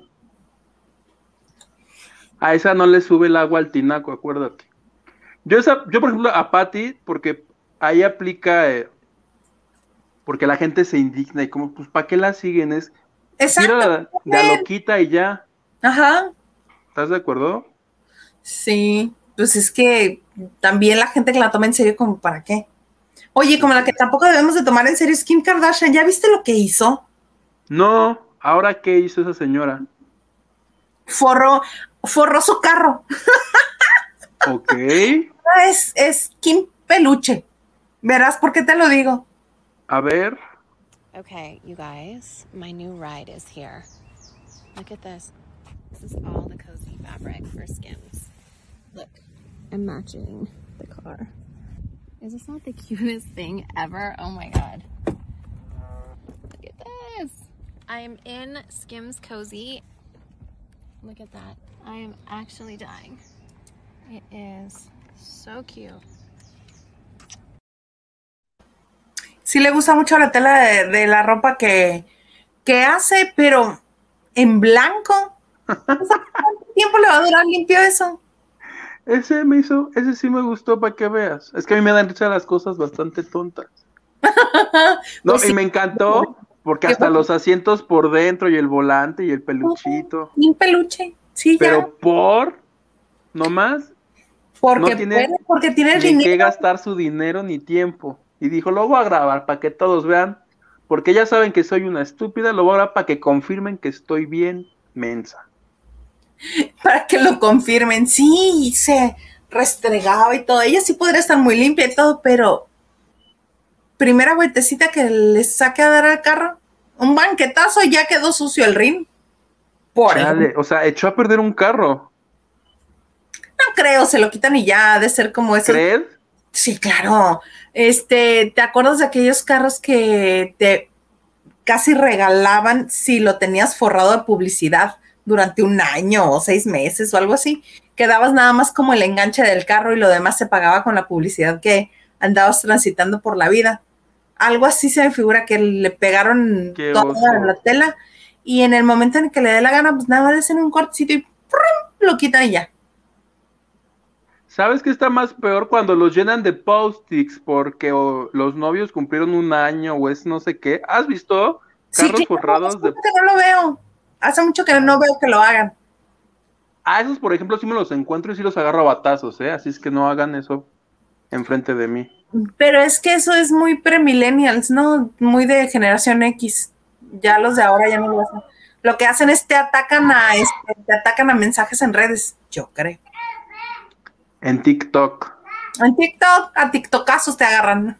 Speaker 2: A esa no le sube el agua al tinaco, acuérdate. Yo, esa, yo por ejemplo, a Pati, porque ahí aplica, eh, porque la gente se indigna y como, pues, ¿para qué la siguen? Es, tira de a loquita y ya.
Speaker 1: Ajá.
Speaker 2: ¿Estás de acuerdo?
Speaker 1: Sí, pues es que también la gente que la toma en serio, como para qué. Oye, como la que tampoco debemos de tomar en serio es Kim Kardashian. ¿Ya viste lo que hizo?
Speaker 2: No, ¿ahora qué hizo esa señora?
Speaker 1: Forró, forró su carro.
Speaker 2: Ok.
Speaker 1: Es, es Kim Peluche. Verás por qué te lo digo.
Speaker 2: A ver.
Speaker 6: Okay, you guys, my new ride is here. Look at this. This is all the cozy fabric for Skims. Look, I'm matching the car. Is this not the cutest thing ever? Oh my god. Look at this. I am in Skims Cozy. Look at that. I am actually dying. It is so cute.
Speaker 1: Sí le gusta mucho la tela de, de la ropa que, que hace, pero en blanco. ¿Cuánto tiempo le va a durar limpio eso?
Speaker 2: Ese me hizo, ese sí me gustó para que veas. Es que a mí me dan risa las cosas bastante tontas. No,
Speaker 1: Pues
Speaker 2: y
Speaker 1: sí.
Speaker 2: me encantó porque
Speaker 1: ¿Qué
Speaker 2: hasta
Speaker 1: fue?
Speaker 2: los asientos por dentro y el volante y el peluchito.
Speaker 1: Un peluche, sí,
Speaker 2: Pero
Speaker 1: ya.
Speaker 2: por, no más,
Speaker 1: Porque
Speaker 2: no tiene
Speaker 1: puede, porque tiene
Speaker 2: ni en qué
Speaker 1: dinero.
Speaker 2: gastar su dinero ni tiempo. Y dijo, lo voy a grabar para que todos vean, porque ya saben que soy una estúpida, lo voy a grabar para que confirmen que estoy bien mensa.
Speaker 1: Para que lo confirmen. Sí, se restregaba y todo. Ella sí podría estar muy limpia y todo, pero primera vueltecita que le saque a dar al carro, un banquetazo y ya quedó sucio el ring. Por eso.
Speaker 2: Chale, o sea, echó a perder un carro.
Speaker 1: No creo, se lo quitan y ya ha de ser como eso.
Speaker 2: ¿Crees?
Speaker 1: Sí, claro. Este, ¿te acuerdas de aquellos carros que te casi regalaban si lo tenías forrado de publicidad durante un año o seis meses o algo así? Quedabas nada más como el enganche del carro y lo demás se pagaba con la publicidad que andabas transitando por la vida. Algo así se me figura que le pegaron
Speaker 2: Qué
Speaker 1: toda
Speaker 2: oso.
Speaker 1: la tela y en el momento en que le dé la gana, pues nada más le hacen un cortecito y ¡prum! Lo quitan y ya.
Speaker 2: ¿Sabes qué está más peor cuando los llenan de post-its porque o, los novios cumplieron un año o es no sé qué? ¿Has visto carros
Speaker 1: Sí, claro,
Speaker 2: forrados
Speaker 1: hace
Speaker 2: de...
Speaker 1: mucho que no lo veo. Hace mucho que no veo que lo hagan.
Speaker 2: Ah, esos por ejemplo sí me los encuentro y sí los agarro a batazos, ¿eh? Así es que no hagan eso enfrente de mí.
Speaker 1: Pero es que eso es muy premillennials, ¿no? Muy de generación X. Ya los de ahora ya no lo hacen. Lo que hacen es te atacan a este, te atacan a mensajes en redes, yo creo.
Speaker 2: En TikTok.
Speaker 1: En TikTok, a TikTokazos te agarran.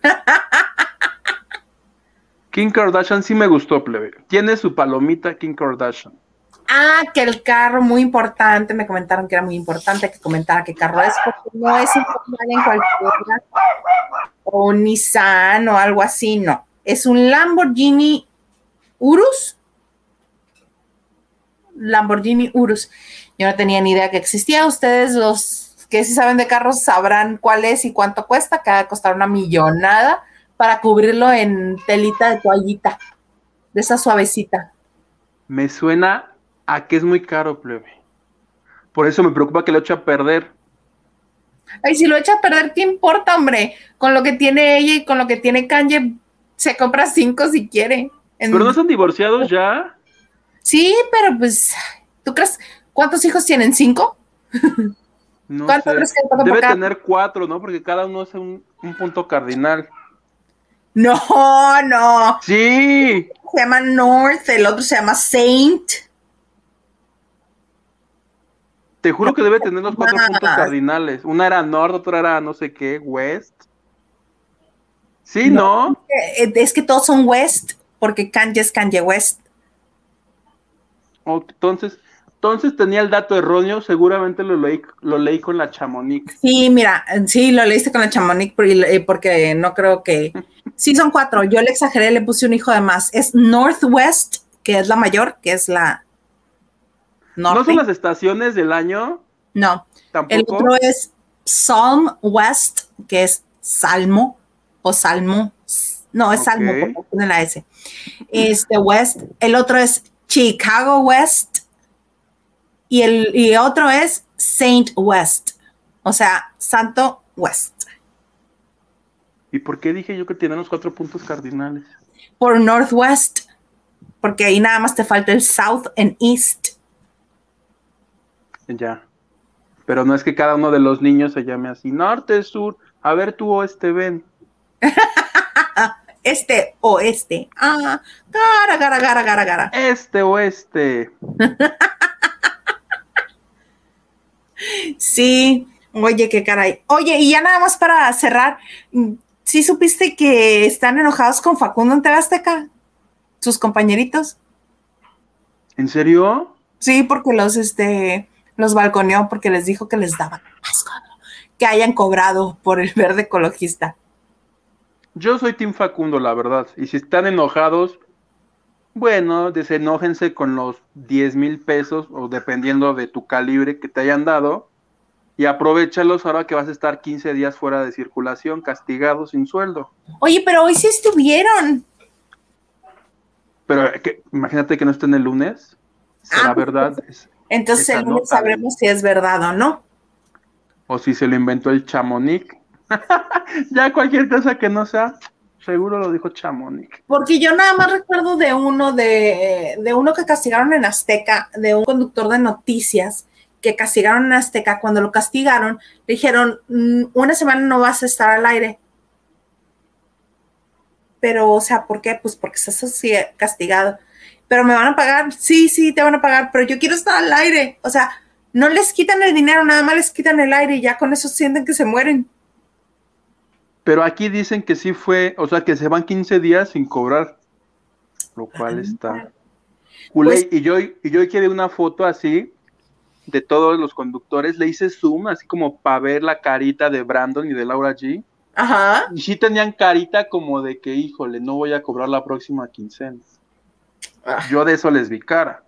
Speaker 2: Kim Kardashian sí me gustó, plebe. Tiene su palomita Kim Kardashian.
Speaker 1: Ah, que el carro, muy importante, me comentaron que era muy importante que comentara qué carro es, porque no es un Volkswagen cualquiera, o un Nissan o algo así, no. Es un Lamborghini Urus. Lamborghini Urus. Yo no tenía ni idea que existía. Ustedes, los que sí saben de carros, sabrán cuál es y cuánto cuesta. Acaba de costar una millonada para cubrirlo en telita de toallita, de esa suavecita.
Speaker 2: Me suena a que es muy caro, plebe. Por eso me preocupa que lo eche a perder.
Speaker 1: Ay, si lo echa a perder, ¿qué importa, hombre? Con lo que tiene ella y con lo que tiene Kanye, se compra cinco si quiere. En...
Speaker 2: ¿Pero no son divorciados ya?
Speaker 1: Sí, pero pues, ¿tú crees? ¿Cuántos hijos tienen? ¿Cinco?
Speaker 2: No
Speaker 1: ¿Cuántos
Speaker 2: sé.
Speaker 1: crees que toca
Speaker 2: Debe
Speaker 1: para acá?
Speaker 2: tener cuatro, ¿no? Porque cada uno es un, un punto cardinal.
Speaker 1: No, no.
Speaker 2: ¡Sí!
Speaker 1: Se llama North, el otro se llama Saint.
Speaker 2: Te juro que debe tener los cuatro
Speaker 1: Más.
Speaker 2: puntos cardinales. Una era North, otra era no sé qué, West. Sí,
Speaker 1: No,
Speaker 2: ¿no?
Speaker 1: eh, Es que todos son West, porque Kanye es Kanye West.
Speaker 2: O- Entonces, Entonces tenía el dato erróneo, seguramente lo leí, lo leí con la Chamonix.
Speaker 1: Sí, mira, sí, lo leíste con la Chamonix porque no creo que... Sí, son cuatro. Yo le exageré, le puse un hijo de más. Es Northwest, que es la mayor, que es la norte.
Speaker 2: ¿No son las estaciones del año?
Speaker 1: No.
Speaker 2: ¿Tampoco?
Speaker 1: El otro es Psalm West, que es Salmo o Salmo. No, es Salmo,
Speaker 2: Ok.
Speaker 1: porque tiene la S. Este West. El otro es Chicago West. Y el y otro es Saint West. O sea, Santo West.
Speaker 2: ¿Y por qué dije yo que tienen los cuatro puntos cardinales?
Speaker 1: Por Northwest. Porque ahí nada más te falta el South and East.
Speaker 2: Ya. Pero no es que cada uno de los niños se llame así, norte, sur, a ver tú oeste, ven.
Speaker 1: Este, oeste. Ah, gara, gara, gara, gara, gara.
Speaker 2: Este, oeste.
Speaker 1: Sí, oye, qué caray. Oye, y ya nada más para cerrar, ¿sí supiste que están enojados con Facundo en T V Azteca? ¿Sus compañeritos?
Speaker 2: ¿En serio?
Speaker 1: Sí, porque los, este, los balconeó porque les dijo que les daban asco que hayan cobrado por el verde ecologista.
Speaker 2: Yo soy Team Facundo, la verdad. Y si están enojados, bueno, desenójense con los diez mil pesos o dependiendo de tu calibre que te hayan dado y aprovéchalos ahora que vas a estar quince días fuera de circulación, castigado sin sueldo.
Speaker 1: Oye, pero hoy sí estuvieron.
Speaker 2: Pero que, imagínate que no estén el lunes. ¿Será
Speaker 1: Ah, pues,
Speaker 2: verdad? Es,
Speaker 1: entonces
Speaker 2: esa
Speaker 1: el lunes
Speaker 2: nota de-
Speaker 1: sabremos si es verdad o no.
Speaker 2: O si se lo inventó el Chamonix. Ya cualquier cosa que no sea, seguro lo dijo Chamonix.
Speaker 1: Porque yo nada más recuerdo de uno de, de uno que castigaron en Azteca, de un conductor de noticias que castigaron en Azteca. Cuando lo castigaron, le dijeron, "Mm, una semana no vas a estar al aire". Pero, o sea, ¿por qué? Pues porque estás así castigado. Pero me van a pagar, sí, sí, te van a pagar, pero yo quiero estar al aire. O sea, no les quitan el dinero, nada más les quitan el aire y ya con eso sienten que se mueren.
Speaker 2: Pero aquí dicen que sí fue, o sea, que se van quince días sin cobrar, lo cual está culé.
Speaker 1: Pues-
Speaker 2: y yo y yo quedé una foto así de todos los conductores, le hice zoom así como para ver la carita de Brandon y de Laura G.
Speaker 1: Ajá.
Speaker 2: Y sí tenían carita como de que, híjole, no voy a cobrar la próxima quincena.
Speaker 1: Ah.
Speaker 2: Yo de eso les vi cara.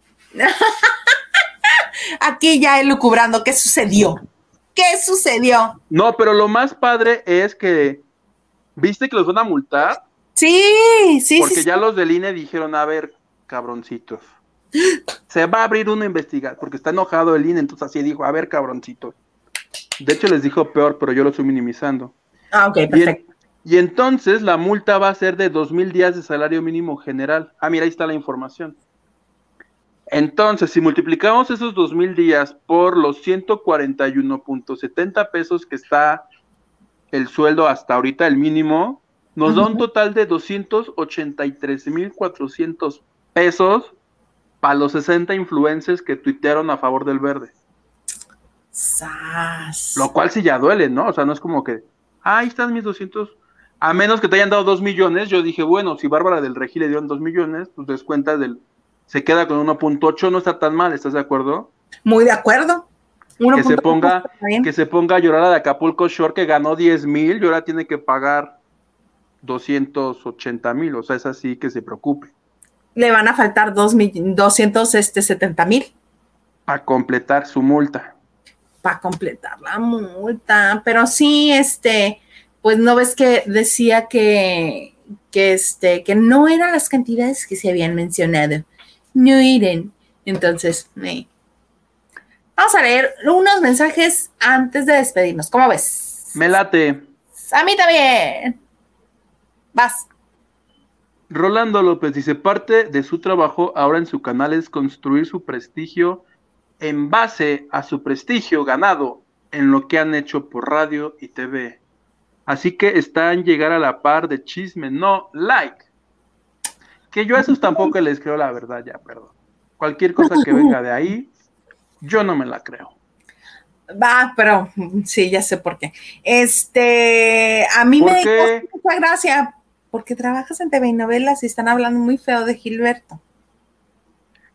Speaker 1: Aquí ya elucubrando, ¿qué sucedió? ¿Qué sucedió?
Speaker 2: No, pero lo más padre es que, ¿viste que los van a multar?
Speaker 1: Sí, sí,
Speaker 2: Porque
Speaker 1: sí.
Speaker 2: ya
Speaker 1: sí.
Speaker 2: los del I N E dijeron, a ver, cabroncitos, se va a abrir una investigación, porque está enojado el I N E, entonces así dijo, a ver, cabroncitos. De hecho les dijo peor, pero yo lo estoy minimizando.
Speaker 1: Ah, ok,
Speaker 2: Y, en-
Speaker 1: perfecto.
Speaker 2: y entonces la multa va a ser de dos mil días de salario mínimo general. Ah, mira, ahí está la información. Entonces, si multiplicamos esos dos mil días por los ciento cuarenta y uno punto setenta pesos que está el sueldo hasta ahorita, el mínimo, nos da un total de doscientos ochenta y tres mil cuatrocientos pesos para los sesenta influencers que tuitearon a favor del verde.
Speaker 1: Sas.
Speaker 2: Lo cual sí ya duele, ¿no? O sea, no es como que, ah, ahí están mis doscientos, a menos que te hayan dado dos millones. Yo dije, bueno, si Bárbara del Regil le dieron dos millones, pues descuenta del, se queda con uno punto ocho, no está tan mal, ¿estás de acuerdo?
Speaker 1: Muy de acuerdo. Uno
Speaker 2: Que se
Speaker 1: punto
Speaker 2: ponga,
Speaker 1: está bien.
Speaker 2: que se ponga a llorar a de Acapulco Shore que ganó diez mil y ahora tiene que pagar doscientos ochenta mil, o sea, es así que se preocupe.
Speaker 1: Le van a faltar dos mil- doscientos setenta mil
Speaker 2: A completar su multa.
Speaker 1: para completar la multa. Pero sí, este, pues no ves que decía que, que este, que no eran las cantidades que se habían mencionado. No eran. Entonces, eh. Vamos a leer unos mensajes antes de despedirnos. ¿Cómo ves?
Speaker 2: Me late.
Speaker 1: A mí también. Vas.
Speaker 2: Rolando López dice, parte de su trabajo ahora en su canal es construir su prestigio en base a su prestigio ganado en lo que han hecho por radio y T V. Así que está en llegar a la par de Chisme No Like. Que yo a esos tampoco les creo la verdad ya, perdón. Cualquier cosa que venga de ahí, yo no me la creo.
Speaker 1: Va, pero sí, ya sé por qué. Este, a mí
Speaker 2: ¿Por
Speaker 1: me
Speaker 2: qué?
Speaker 1: dio mucha gracia porque trabajas en T V y novelas y están hablando muy feo de Gilberto.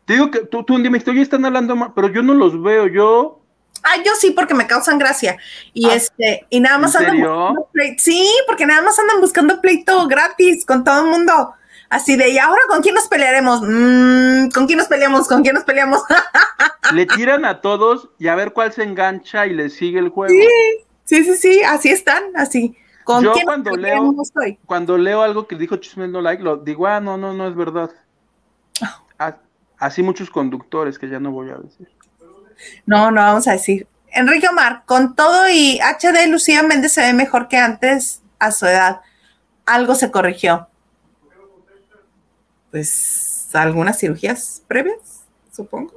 Speaker 2: Te digo que tú, tú un día me dijiste, oye, están hablando mal, pero yo no los veo, yo...
Speaker 1: Ah, yo sí, porque me causan gracia. Y
Speaker 2: Ah,
Speaker 1: este, y nada más
Speaker 2: ¿en
Speaker 1: andan
Speaker 2: serio?
Speaker 1: buscando pleito. Sí, porque nada más andan buscando pleito gratis con todo el mundo. Así de, ¿y ahora con quién nos pelearemos? Mm, ¿con quién nos peleamos? ¿Con quién nos peleamos?
Speaker 2: Le tiran a todos y a ver cuál se engancha y le sigue el juego.
Speaker 1: Sí, sí, sí, sí, así están, así. ¿Con
Speaker 2: Yo
Speaker 1: quién nos
Speaker 2: cuando
Speaker 1: peleamos
Speaker 2: leo,
Speaker 1: hoy?
Speaker 2: cuando leo algo que dijo Chismes No Like, lo digo, ah, no, no, no es verdad. Ah, así muchos conductores que ya no voy a decir.
Speaker 1: No, no vamos a decir. Enrique Omar, con todo y H D, Lucía Méndez se ve mejor que antes a su edad. Algo se corrigió. Pues algunas cirugías previas, supongo.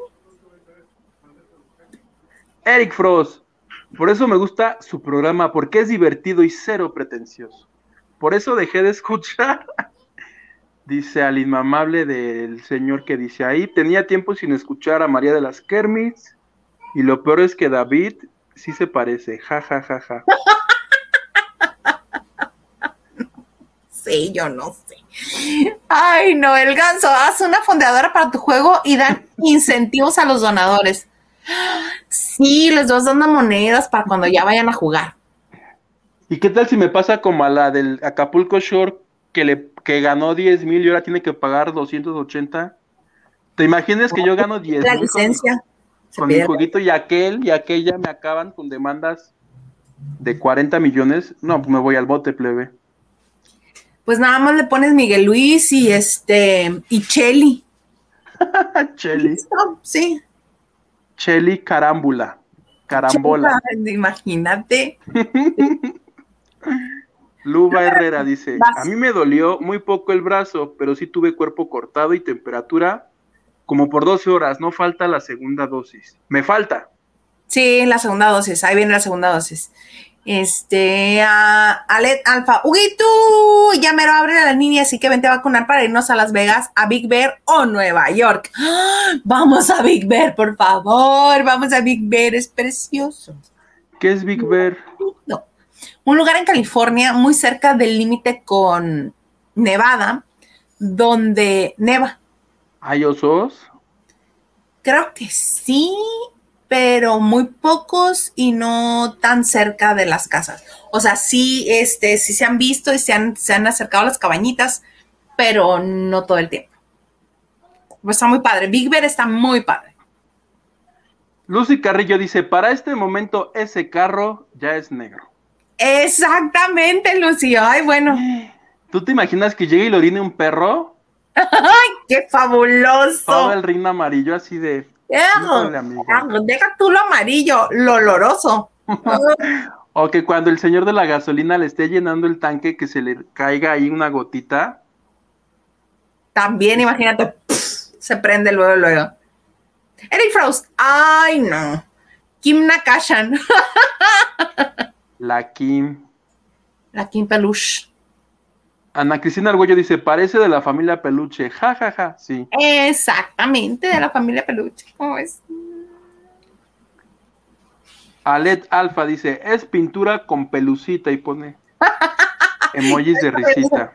Speaker 2: Eric Frost, por eso me gusta su programa, porque es divertido y cero pretencioso. Por eso dejé de escuchar, dice al inmamable del señor que dice ahí, tenía tiempo sin escuchar a María de las Kermis, y lo peor es que David sí se parece, ja, ja, ja, ja.
Speaker 1: Sí, yo no sé. Ay, no, el ganso, haz una fondeadora para tu juego y dan incentivos a los donadores. Sí, les vas dando monedas para cuando ya vayan a jugar.
Speaker 2: ¿Y qué tal si me pasa como a la del Acapulco Shore, que, le, que ganó diez mil y ahora tiene que pagar doscientos ochenta? ¿Te imaginas que yo gano diez
Speaker 1: La
Speaker 2: mil con, mi-
Speaker 1: licencia. Se
Speaker 2: con mi
Speaker 1: pide-
Speaker 2: jueguito y aquel y aquella me acaban con demandas de cuarenta millones? No, pues me voy al bote, plebe.
Speaker 1: Pues nada más le pones Miguel Luis y este y Cheli.
Speaker 2: Cheli,
Speaker 1: Listo, sí.
Speaker 2: Cheli Carámbula, Carambola.
Speaker 1: Cheli, imagínate.
Speaker 2: Luba Herrera dice,
Speaker 1: Vas.
Speaker 2: a mí me dolió muy poco el brazo, pero sí tuve cuerpo cortado y temperatura como por doce horas, no falta la segunda dosis. Me falta.
Speaker 1: Sí, la segunda dosis, ahí viene la segunda dosis. Este, a Alet Alfa, Huguito, ya me lo abre la niña, así que vente a vacunar para irnos a Las Vegas, a Big Bear o Nueva York. ¡Ah! Vamos a Big Bear, por favor, vamos a Big Bear, es precioso.
Speaker 2: ¿Qué es Big Bear?
Speaker 1: No. Un lugar en California, muy cerca del límite con Nevada, donde neva.
Speaker 2: ¿Hay osos?
Speaker 1: Creo que sí, pero muy pocos y no tan cerca de las casas. O sea, sí, este, sí se han visto y se han, se han acercado a las cabañitas, pero no todo el tiempo. Pues está muy padre. Big Bear está muy padre.
Speaker 2: Lucy Carrillo dice, para este momento ese carro ya es negro.
Speaker 1: Exactamente, Lucio. Ay, bueno.
Speaker 2: ¿Tú te imaginas que llegue y lo orine un perro?
Speaker 1: ¡Ay, qué fabuloso!
Speaker 2: Todo el reino amarillo así de... híjole, amigo.
Speaker 1: Deja tú lo amarillo, lo oloroso.
Speaker 2: O que cuando el señor de la gasolina le esté llenando el tanque, que se le caiga ahí una gotita.
Speaker 1: También, imagínate, pff, se prende luego, luego. Eric Frost, ay, no. Kim Nakashan.
Speaker 2: La Kim.
Speaker 1: La Kim Peluche.
Speaker 2: Ana Cristina Argüello dice, parece de la familia Peluche. Ja, ja, ja, sí.
Speaker 1: Exactamente, de la familia Peluche. ¿Cómo es?
Speaker 2: Alet Alfa dice, es pintura con pelucita y pone emojis de risita.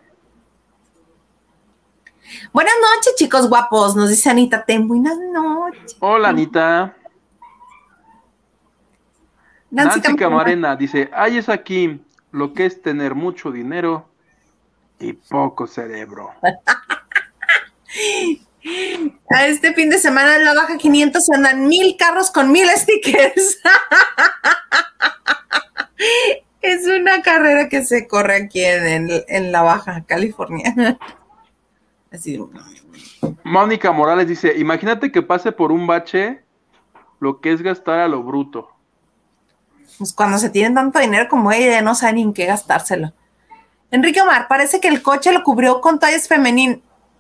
Speaker 1: Buenas noches, chicos guapos, nos dice Anita Ten. Buenas noches.
Speaker 2: Hola, Anita.
Speaker 1: Nancy,
Speaker 2: Nancy
Speaker 1: Camarena.
Speaker 2: Camarena dice, ay, es aquí lo que es tener mucho dinero y poco cerebro.
Speaker 1: A este fin de semana en la baja quinientos se andan mil carros con mil stickers. Es una carrera que se corre aquí en, en, en la Baja California. Así.
Speaker 2: Mónica Morales dice, imagínate que pase por un bache lo que es gastar a lo bruto.
Speaker 1: Pues cuando se tiene tanto dinero como ella, ya no saben ni en qué gastárselo. Enrique Omar, parece que el coche lo cubrió con toallas femeninas.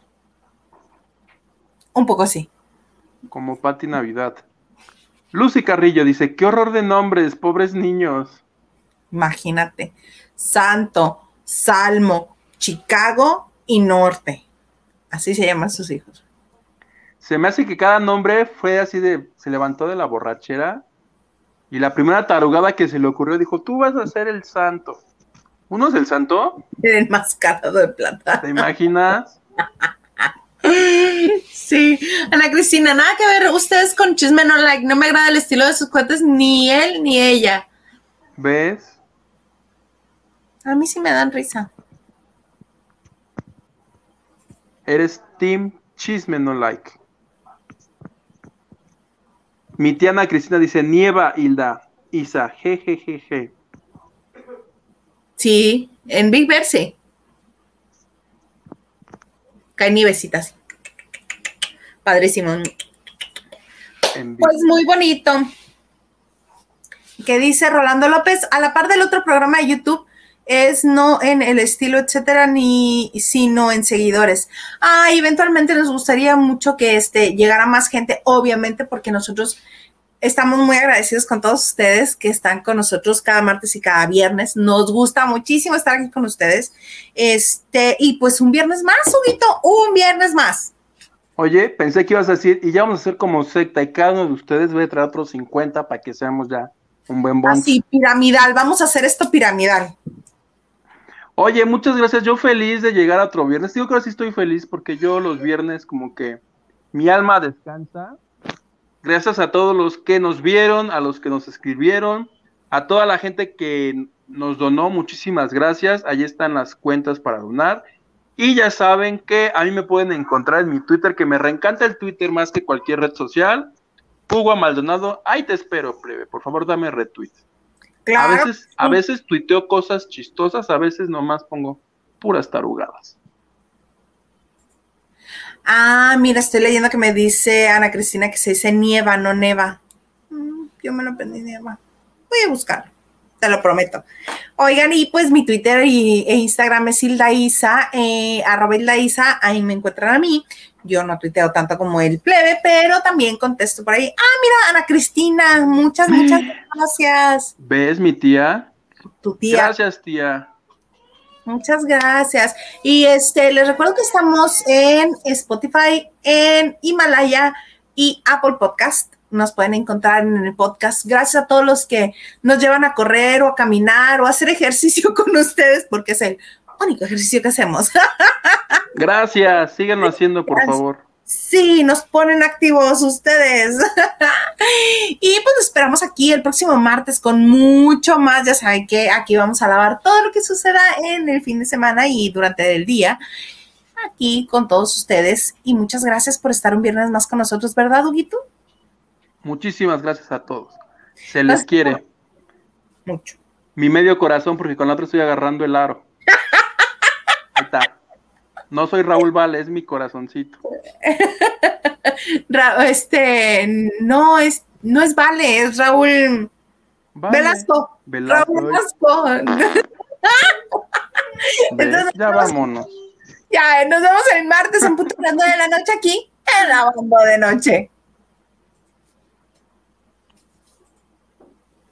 Speaker 1: Un poco sí.
Speaker 2: Como Pati Navidad. Lucy Carrillo dice, qué horror de nombres, pobres niños.
Speaker 1: Imagínate. Santo, Salmo, Chicago y Norte. Así se llaman sus hijos.
Speaker 2: Se me hace que cada nombre fue así de, se levantó de la borrachera y la primera tarugada que se le ocurrió dijo, tú vas a ser el santo. ¿Uno es el santo?
Speaker 1: El enmascarado de plata.
Speaker 2: ¿Te imaginas?
Speaker 1: Sí, Ana Cristina, nada que ver ustedes con Chisme No Like, no me agrada el estilo de sus cuates, ni él ni ella.
Speaker 2: ¿Ves?
Speaker 1: A mí sí me dan risa.
Speaker 2: Eres Team Chisme No Like. Mi tía Ana Cristina dice, nieva, Hilda, Isa, jejejeje.
Speaker 1: Sí, en Big Bear sí. Cae nievecitas. Padrísimo.
Speaker 2: En
Speaker 1: Pues muy bonito. Que dice Rolando López, a la par del otro programa de YouTube, es no en el estilo, etcétera, ni sino en seguidores. Ah, y eventualmente nos gustaría mucho que este llegara más gente, obviamente, porque nosotros estamos muy agradecidos con todos ustedes que están con nosotros cada martes y cada viernes. Nos gusta muchísimo estar aquí con ustedes. Este, y pues un viernes más, Huguito, un viernes más.
Speaker 2: Oye, pensé que ibas a decir, y ya vamos a hacer como secta, y cada uno de ustedes va a traer otros cincuenta para que seamos ya un buen bunch.
Speaker 1: Así, piramidal, vamos a hacer esto piramidal.
Speaker 2: Oye, muchas gracias, yo feliz de llegar a otro viernes. Digo que ahora sí estoy feliz porque yo los viernes como que mi alma descansa. Gracias a todos los que nos vieron, a los que nos escribieron, a toda la gente que nos donó, muchísimas gracias. Allí están las cuentas para donar. Y ya saben que a mí me pueden encontrar en mi Twitter, que me reencanta el Twitter más que cualquier red social. Hugo Maldonado, ahí te espero, plebe. Por favor, dame retweet. Claro. A veces, a veces tuiteo cosas chistosas, a veces nomás pongo puras tarugadas.
Speaker 1: Ah, mira, estoy leyendo que me dice Ana Cristina que se dice nieva, no neva. Mm, yo me lo aprendí nieva. Voy a buscarlo, te lo prometo. Oigan, y pues mi Twitter y, e Instagram es Hilda Isa, eh, arroba Hilda Isa, ahí me encuentran a mí. Yo no tuiteo tanto como el plebe, pero también contesto por ahí. Ah, mira, Ana Cristina, muchas, muchas gracias.
Speaker 2: ¿Ves, mi tía?
Speaker 1: Tu tía.
Speaker 2: Gracias, tía.
Speaker 1: Muchas gracias. Y este, les recuerdo que estamos en Spotify, en Himalaya y Apple Podcast. Nos pueden encontrar en el podcast. Gracias a todos los que nos llevan a correr o a caminar o a hacer ejercicio con ustedes, porque es el único ejercicio que hacemos.
Speaker 2: Gracias, síganlo haciendo, por
Speaker 1: Gracias.
Speaker 2: favor.
Speaker 1: Sí, nos ponen activos ustedes. Y pues esperamos aquí el próximo martes con mucho más. Ya saben que aquí vamos a lavar todo lo que suceda en el fin de semana y durante el día. Aquí con todos ustedes. Y muchas gracias por estar un viernes más con nosotros, ¿verdad, Huguito?
Speaker 2: Muchísimas gracias a todos. Se les gracias. Quiere.
Speaker 1: Mucho.
Speaker 2: Mi medio corazón, porque con la otra estoy agarrando el aro. Ahí está. No soy Raúl Vale, es mi corazoncito.
Speaker 1: Ra este, no es, no es Vale, es Raúl vale. Velasco.
Speaker 2: Velasco.
Speaker 1: Raúl Velasco.
Speaker 2: Entonces, ya vámonos.
Speaker 1: Ya, nos vemos el martes en punto de la noche aquí en Lavando de Noche.